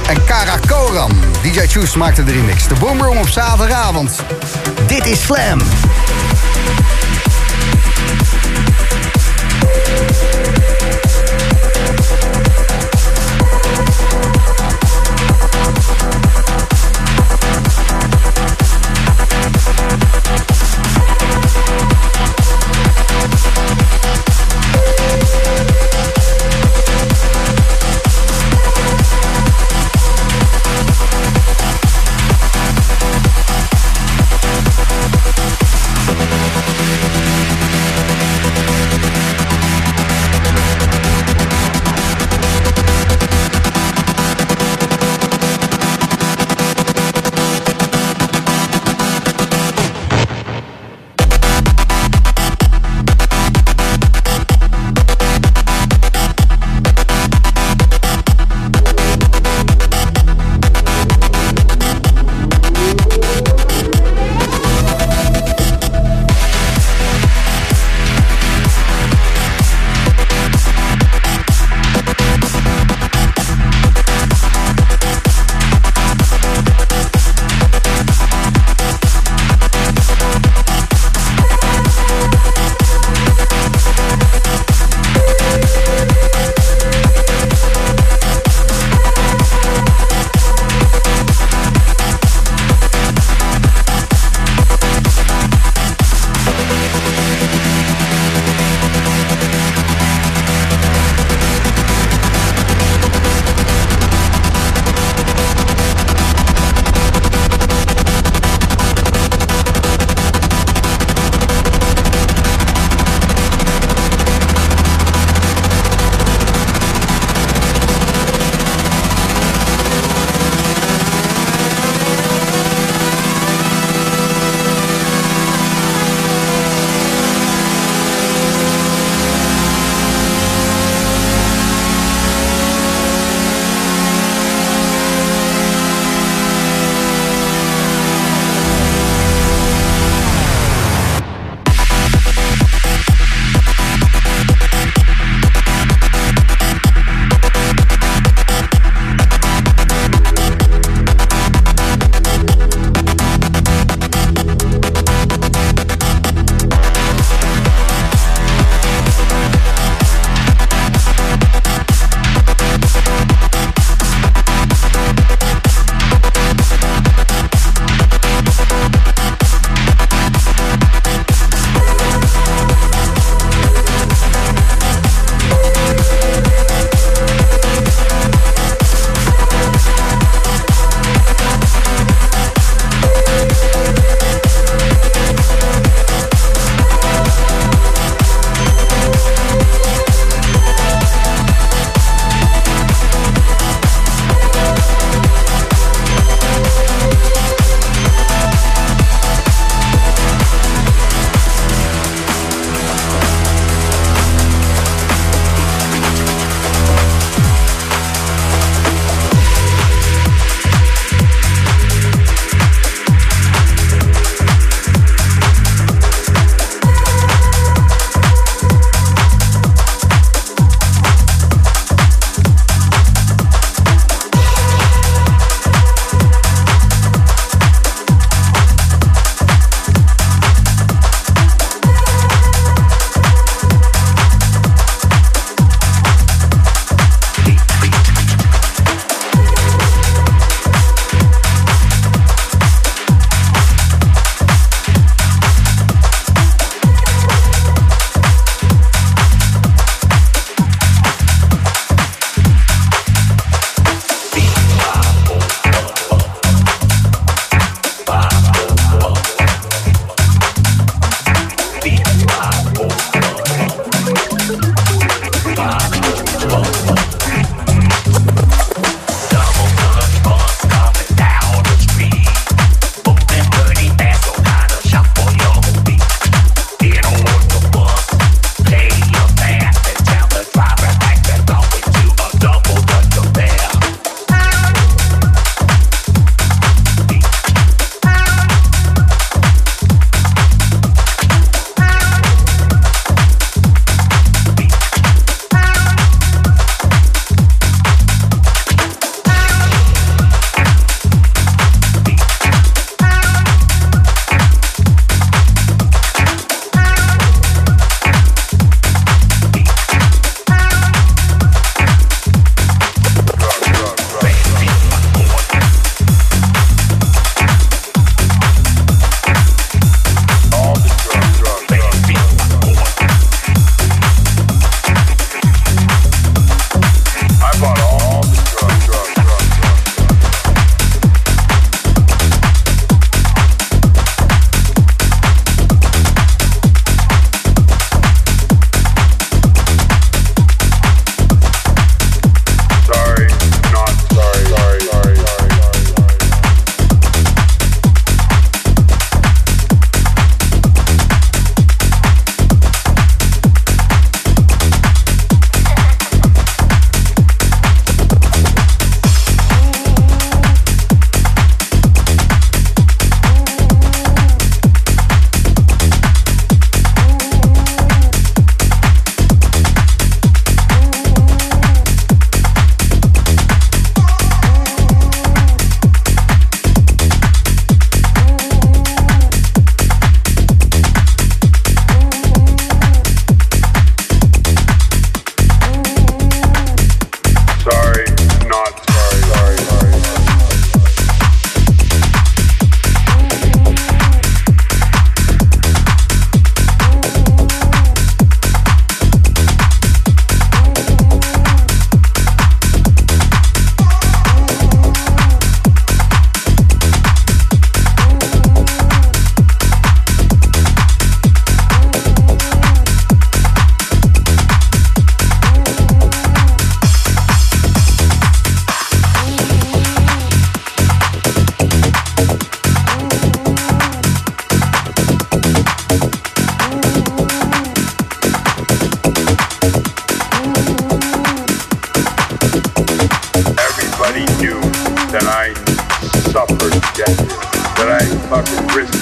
en Karakoram. D J Choose maakte de remix. De Boomroom op zaterdagavond. Dit is Slam.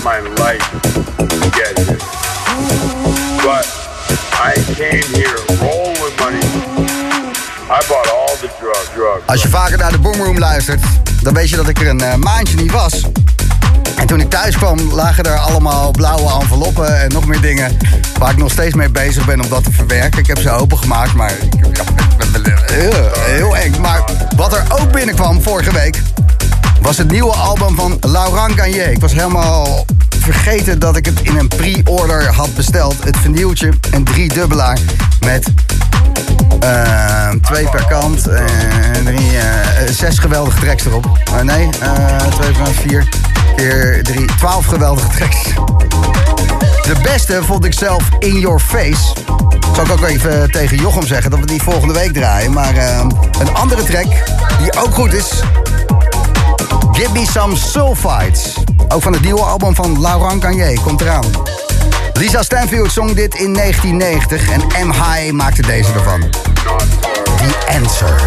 my life to get here. But I came here rolling with money. I bought all the drugs. Drug, Als je vaker naar de Boomroom luistert, dan weet je dat ik er een uh, maandje niet was. En toen ik thuis kwam, lagen er allemaal blauwe enveloppen en nog meer dingen waar ik nog steeds mee bezig ben om dat te verwerken. Ik heb ze opengemaakt, maar ik, ja, heel, heel eng. Maar wat er ook binnenkwam vorige week, was het nieuwe album van Laurent Garnier. Ik was helemaal vergeten dat ik het in een pre-order had besteld. Het vinyltje, een driedubbelaar met uh, twee per kant en drie, uh, zes geweldige tracks erop. Uh, nee, uh, twee per vier keer drie, twaalf geweldige tracks. De beste vond ik zelf In Your Face. Zal ik ook even tegen Jochem zeggen dat we die volgende week draaien. Maar uh, een andere track die ook goed is, Give Me Some Sulfides. Ook van het nieuwe album van Laurent Garnier. Komt eraan. Lisa Stanfield zong dit in negentien negentig en M. High maakte deze ervan. The Answer.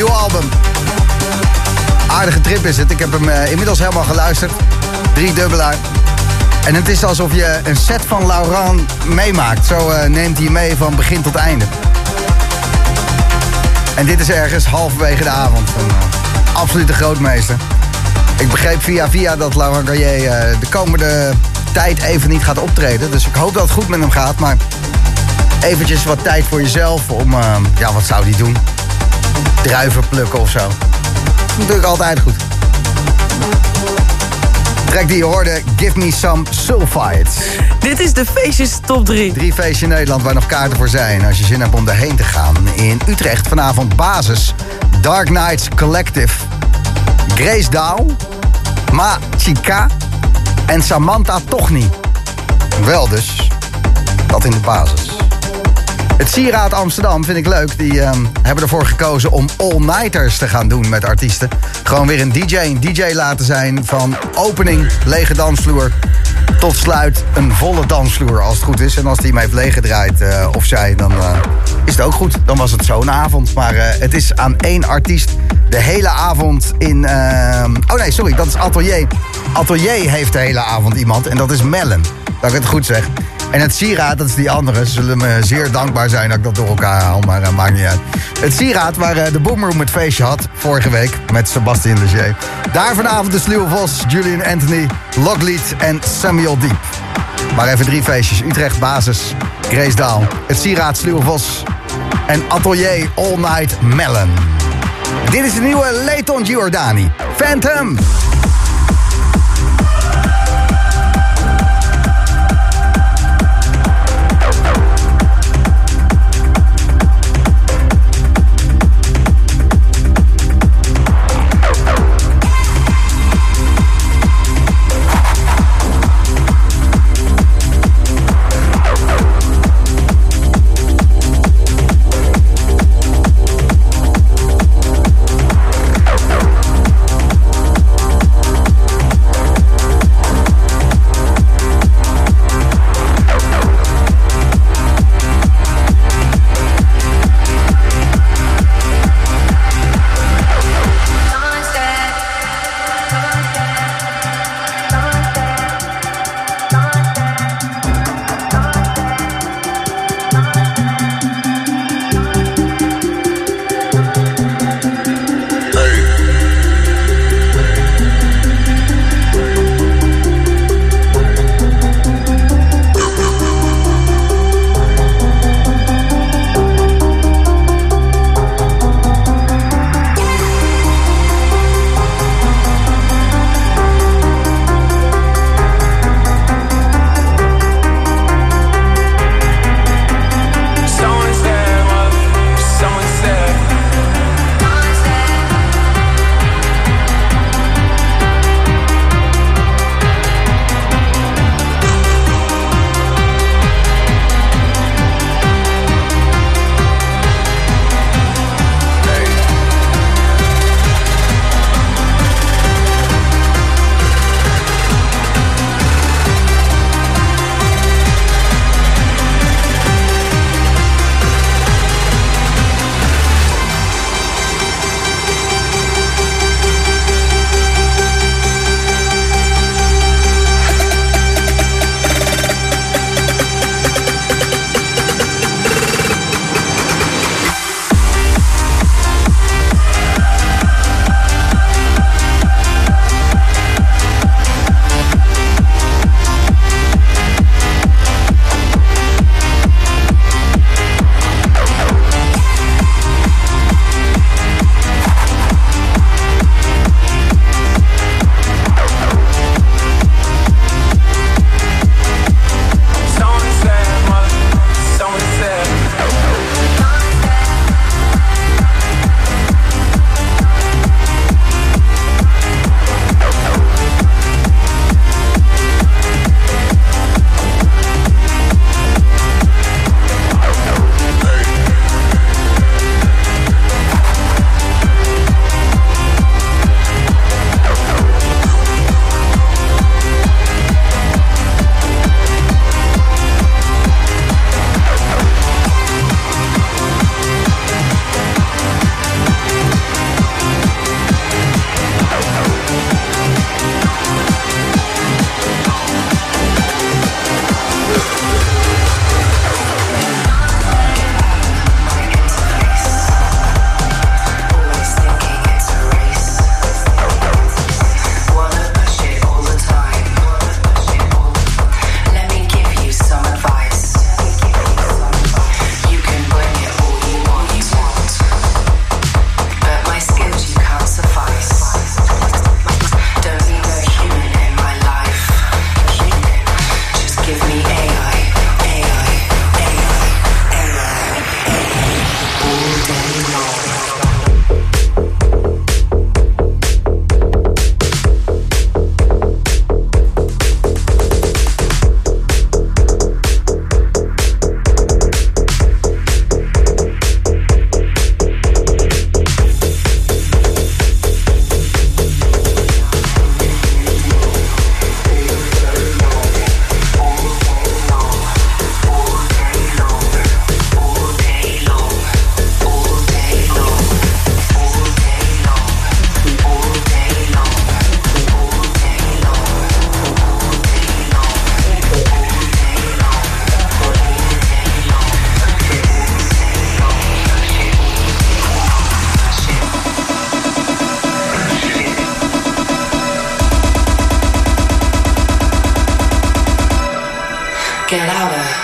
Nieuw album. Aardige trip is het. Ik heb hem uh, inmiddels helemaal geluisterd. Drie dubbelaar. En het is alsof je een set van Laurent meemaakt. Zo uh, neemt hij mee van begin tot einde. En dit is ergens halverwege de avond. Een uh, absolute grootmeester. Ik begreep via via dat Laurent Garnier uh, de komende tijd even niet gaat optreden. Dus ik hoop dat het goed met hem gaat. Maar eventjes wat tijd voor jezelf om... Uh, ja, wat zou hij doen? Druiven plukken of zo. Dat is natuurlijk altijd goed. Track die je hoorde, Give Me Some Sulfide. Dit is de feestjes top drie. Drie feestjes in Nederland waar nog kaarten voor zijn. Als je zin hebt om daarheen te gaan. In Utrecht vanavond Basis, Dark Knights Collective, Grace Dahl, Ma Chica en Samantha Tochny. Wel dus, dat in de Basis. Het Sieraad Amsterdam vind ik leuk. Die uh, hebben ervoor gekozen om all-nighters te gaan doen met artiesten. Gewoon weer een D J. Een D J laten zijn van opening, lege dansvloer, tot sluit een volle dansvloer als het goed is. En als die hem heeft leeggedraaid uh, of zij, dan uh, is het ook goed. Dan was het zo'n avond. Maar uh, het is aan één artiest de hele avond in... Uh... Oh nee, sorry, dat is Atelier. Atelier heeft de hele avond iemand en dat is Mellen. Dat ik het goed zeg. En het Sieraad, dat is die andere. Ze zullen me zeer dankbaar zijn dat ik dat door elkaar haal, maar uh, maakt niet uit. Het Sieraad, waar uh, de Boomroom het feestje had vorige week met Sebastien Leger. Daar vanavond de Sluwe Vos, Julian Anthony, Locklead en Samuel Diep. Maar even drie feestjes. Utrecht, Basis, Grace Dahl, het Sieraad, Sluwe Vos en Atelier All Night Melon. Dit is de nieuwe Leighton Giordani. Phantom!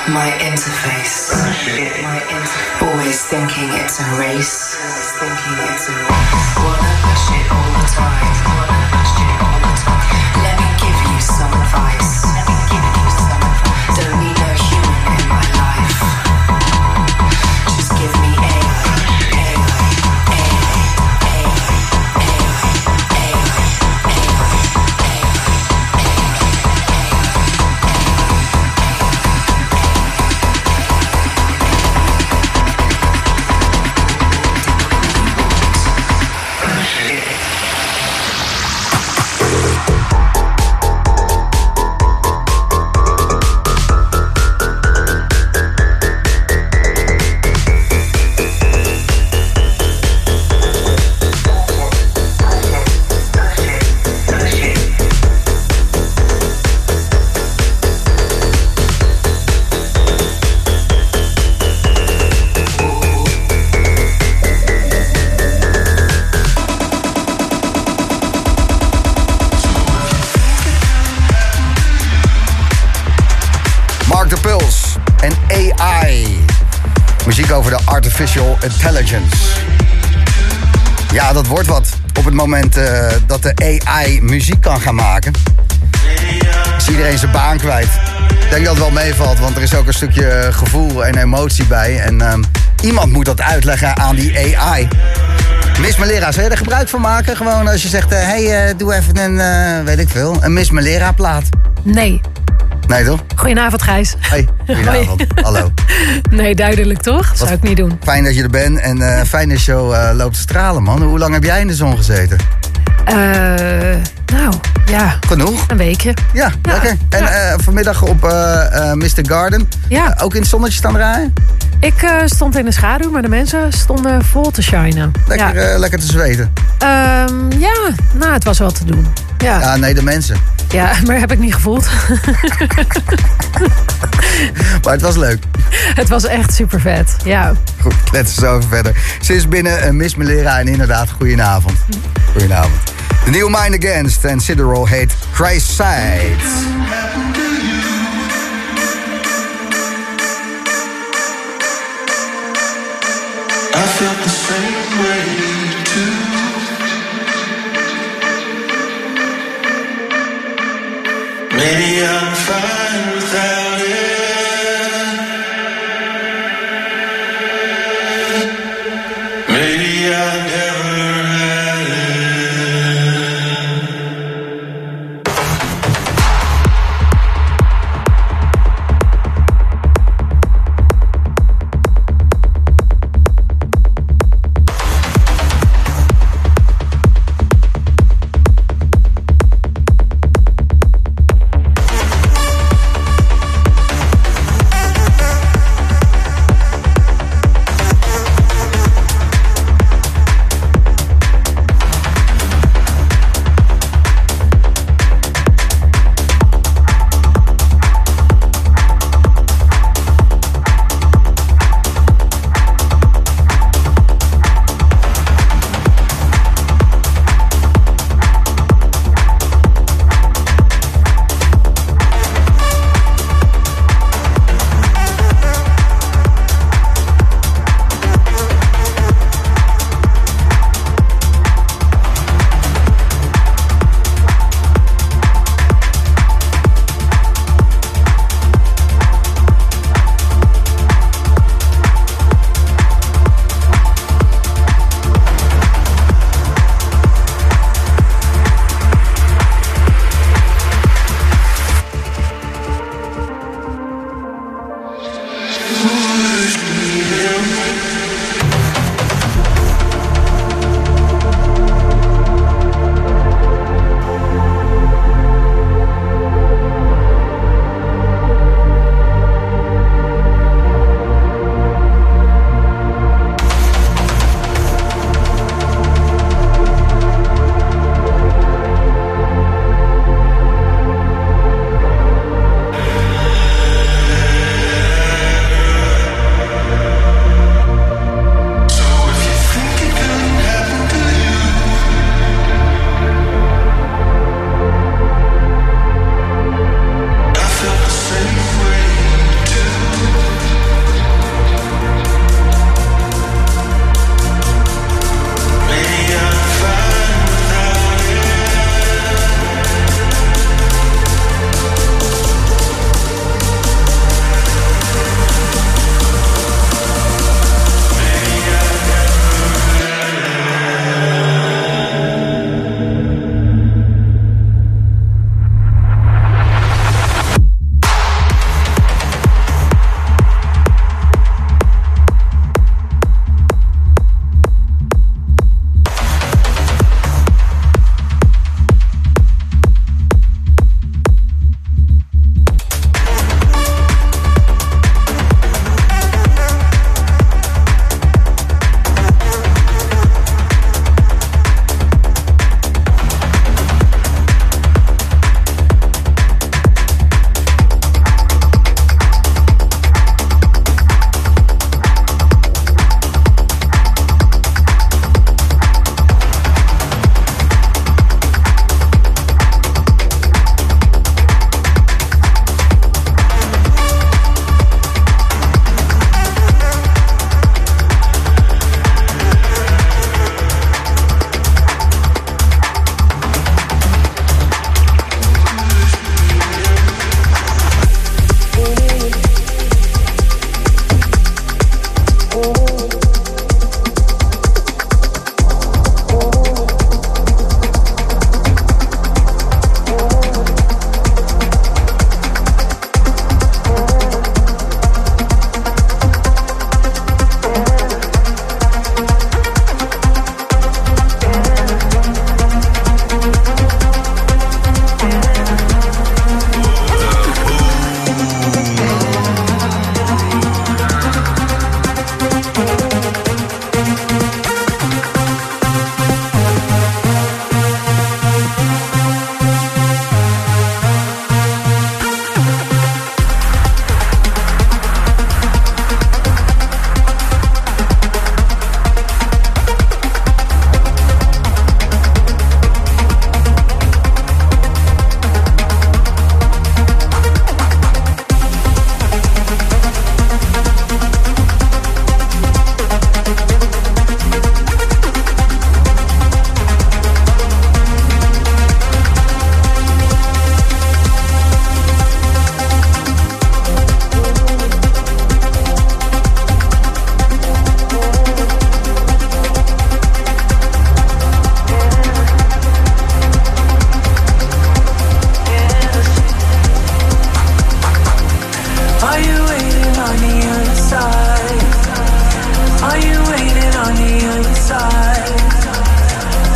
My interface. My interface. Always thinking it's a race. Always thinking it's a race. Wanna push it all the time. Wanna push it all the time. Let me give you some advice. Let me give you some advice. Don't need no human in my life. Just give me A I. A I. A I. A I. A Muziek over de artificial intelligence. Ja, dat wordt wat. Op het moment uh, dat de A I muziek kan gaan maken, is iedereen zijn baan kwijt. Ik denk dat het wel meevalt, want er is ook een stukje gevoel en emotie bij. En uh, iemand moet dat uitleggen aan die A I. Miss Melera, zou je er gebruik van maken? Gewoon als je zegt, hé, uh, hey, uh, doe even een, uh, weet ik veel, een Miss Melera plaat. Nee. Nee, toch? Goedenavond, Gijs. Hey, goedenavond. Hallo. Nee, duidelijk toch? Dat zou ik niet doen. Fijn dat je er bent en uh, fijn dat je zo uh, loopt te stralen, man. Hoe lang heb jij in de zon gezeten? Uh, nou, ja. Genoeg? Een weekje. Ja, ja lekker. En ja. uh, vanmiddag op uh, uh, mister Garden. Ja. Uh, ook in het zonnetje staan draaien? Ik uh, stond in de schaduw, maar de mensen stonden vol te shinen. Lekker, ja. uh, lekker te zweten? Um, ja, nou, het was wel te doen. Ja, ja nee, de mensen. Ja, maar heb ik niet gevoeld. Maar het was leuk. Het was echt super vet, ja. Goed, kletsen zo even verder. Ze is binnen, uh, Miss Melera en inderdaad, goedenavond. Goedenavond. De nieuwe Mind Against en Sideral heet Christ Sides. I felt the same way too. Maybe I'm fine without it. Maybe I never had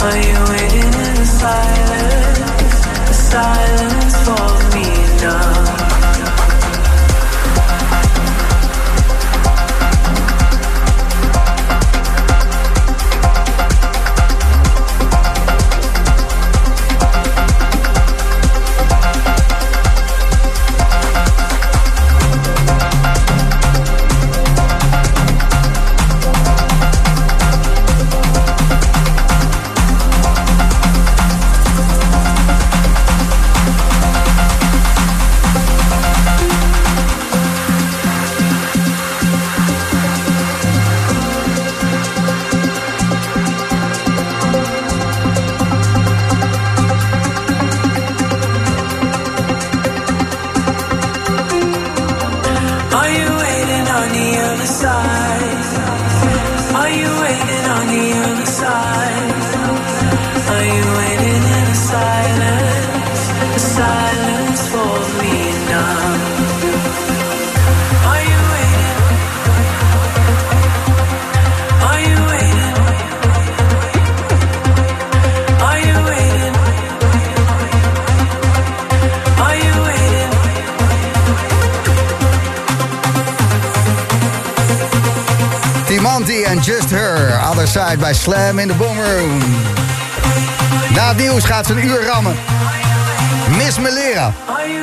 Are you waiting in the silence? The silence for me now. Just Her, Other Side bij Slam in the Boom Room. Na het nieuws gaat ze een uur rammen. Miss Melera.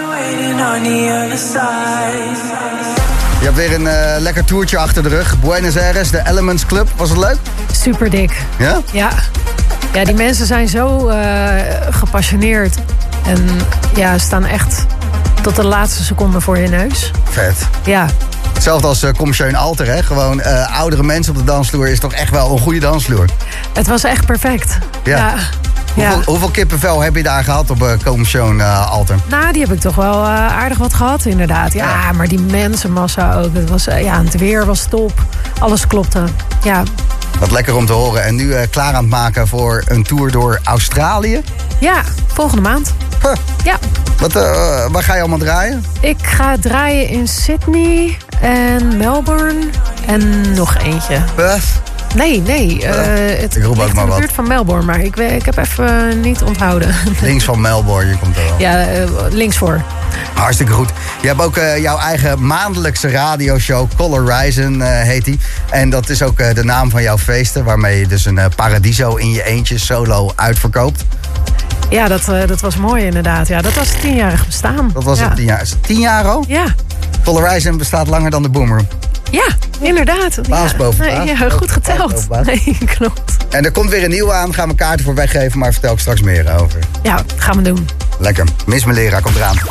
Je hebt weer een uh, lekker toertje achter de rug. Buenos Aires, de Elements Club. Was het leuk? Super dik. Ja? Ja. Ja, die mensen zijn zo uh, gepassioneerd. En ja, staan echt tot de laatste seconde voor je neus. Vet. Ja. Hetzelfde als uh, Kom Schön Alter, hè? Gewoon uh, oudere mensen op de dansvloer is toch echt wel een goede dansvloer. Het was echt perfect. Ja. ja. Hoeveel, ja. hoeveel kippenvel heb je daar gehad op uh, Kom Schön uh, Alter? Nou, die heb ik toch wel uh, aardig wat gehad, inderdaad. Ja, ja. Maar die mensenmassa ook. Het, was, uh, ja, het weer was top. Alles klopte. Ja. Wat lekker om te horen. En nu uh, klaar aan het maken voor een tour door Australië? Ja, volgende maand. Huh. Ja. Wat, uh, waar ga je allemaal draaien? Ik ga draaien in Sydney en Melbourne en nog eentje. Wat? Nee, nee. Uh, het ik roep ligt ook maar in de wat. buurt van Melbourne, maar ik, ik heb even uh, niet onthouden. Links van Melbourne, je komt er wel. Ja, uh, links voor. Hartstikke goed. Je hebt ook uh, jouw eigen maandelijkse radioshow, Color Horizon uh, heet die. En dat is ook uh, de naam van jouw feesten, waarmee je dus een uh, Paradiso in je eentje solo uitverkoopt. Ja, dat, uh, dat was mooi inderdaad. Ja, dat was het tienjarig bestaan. Dat was ja. het tien jaar. Is het tien jaar al? Ja. Color Horizon bestaat langer dan de Boom Room. Ja, inderdaad. Baas ja. boven nee, baas. Ja, goed geteld. Baas. Nee, klopt. En er komt weer een nieuwe aan. Gaan we kaarten voor weggeven, maar vertel ik straks meer over. Ja, gaan we doen. Lekker. Miss Melera komt eraan.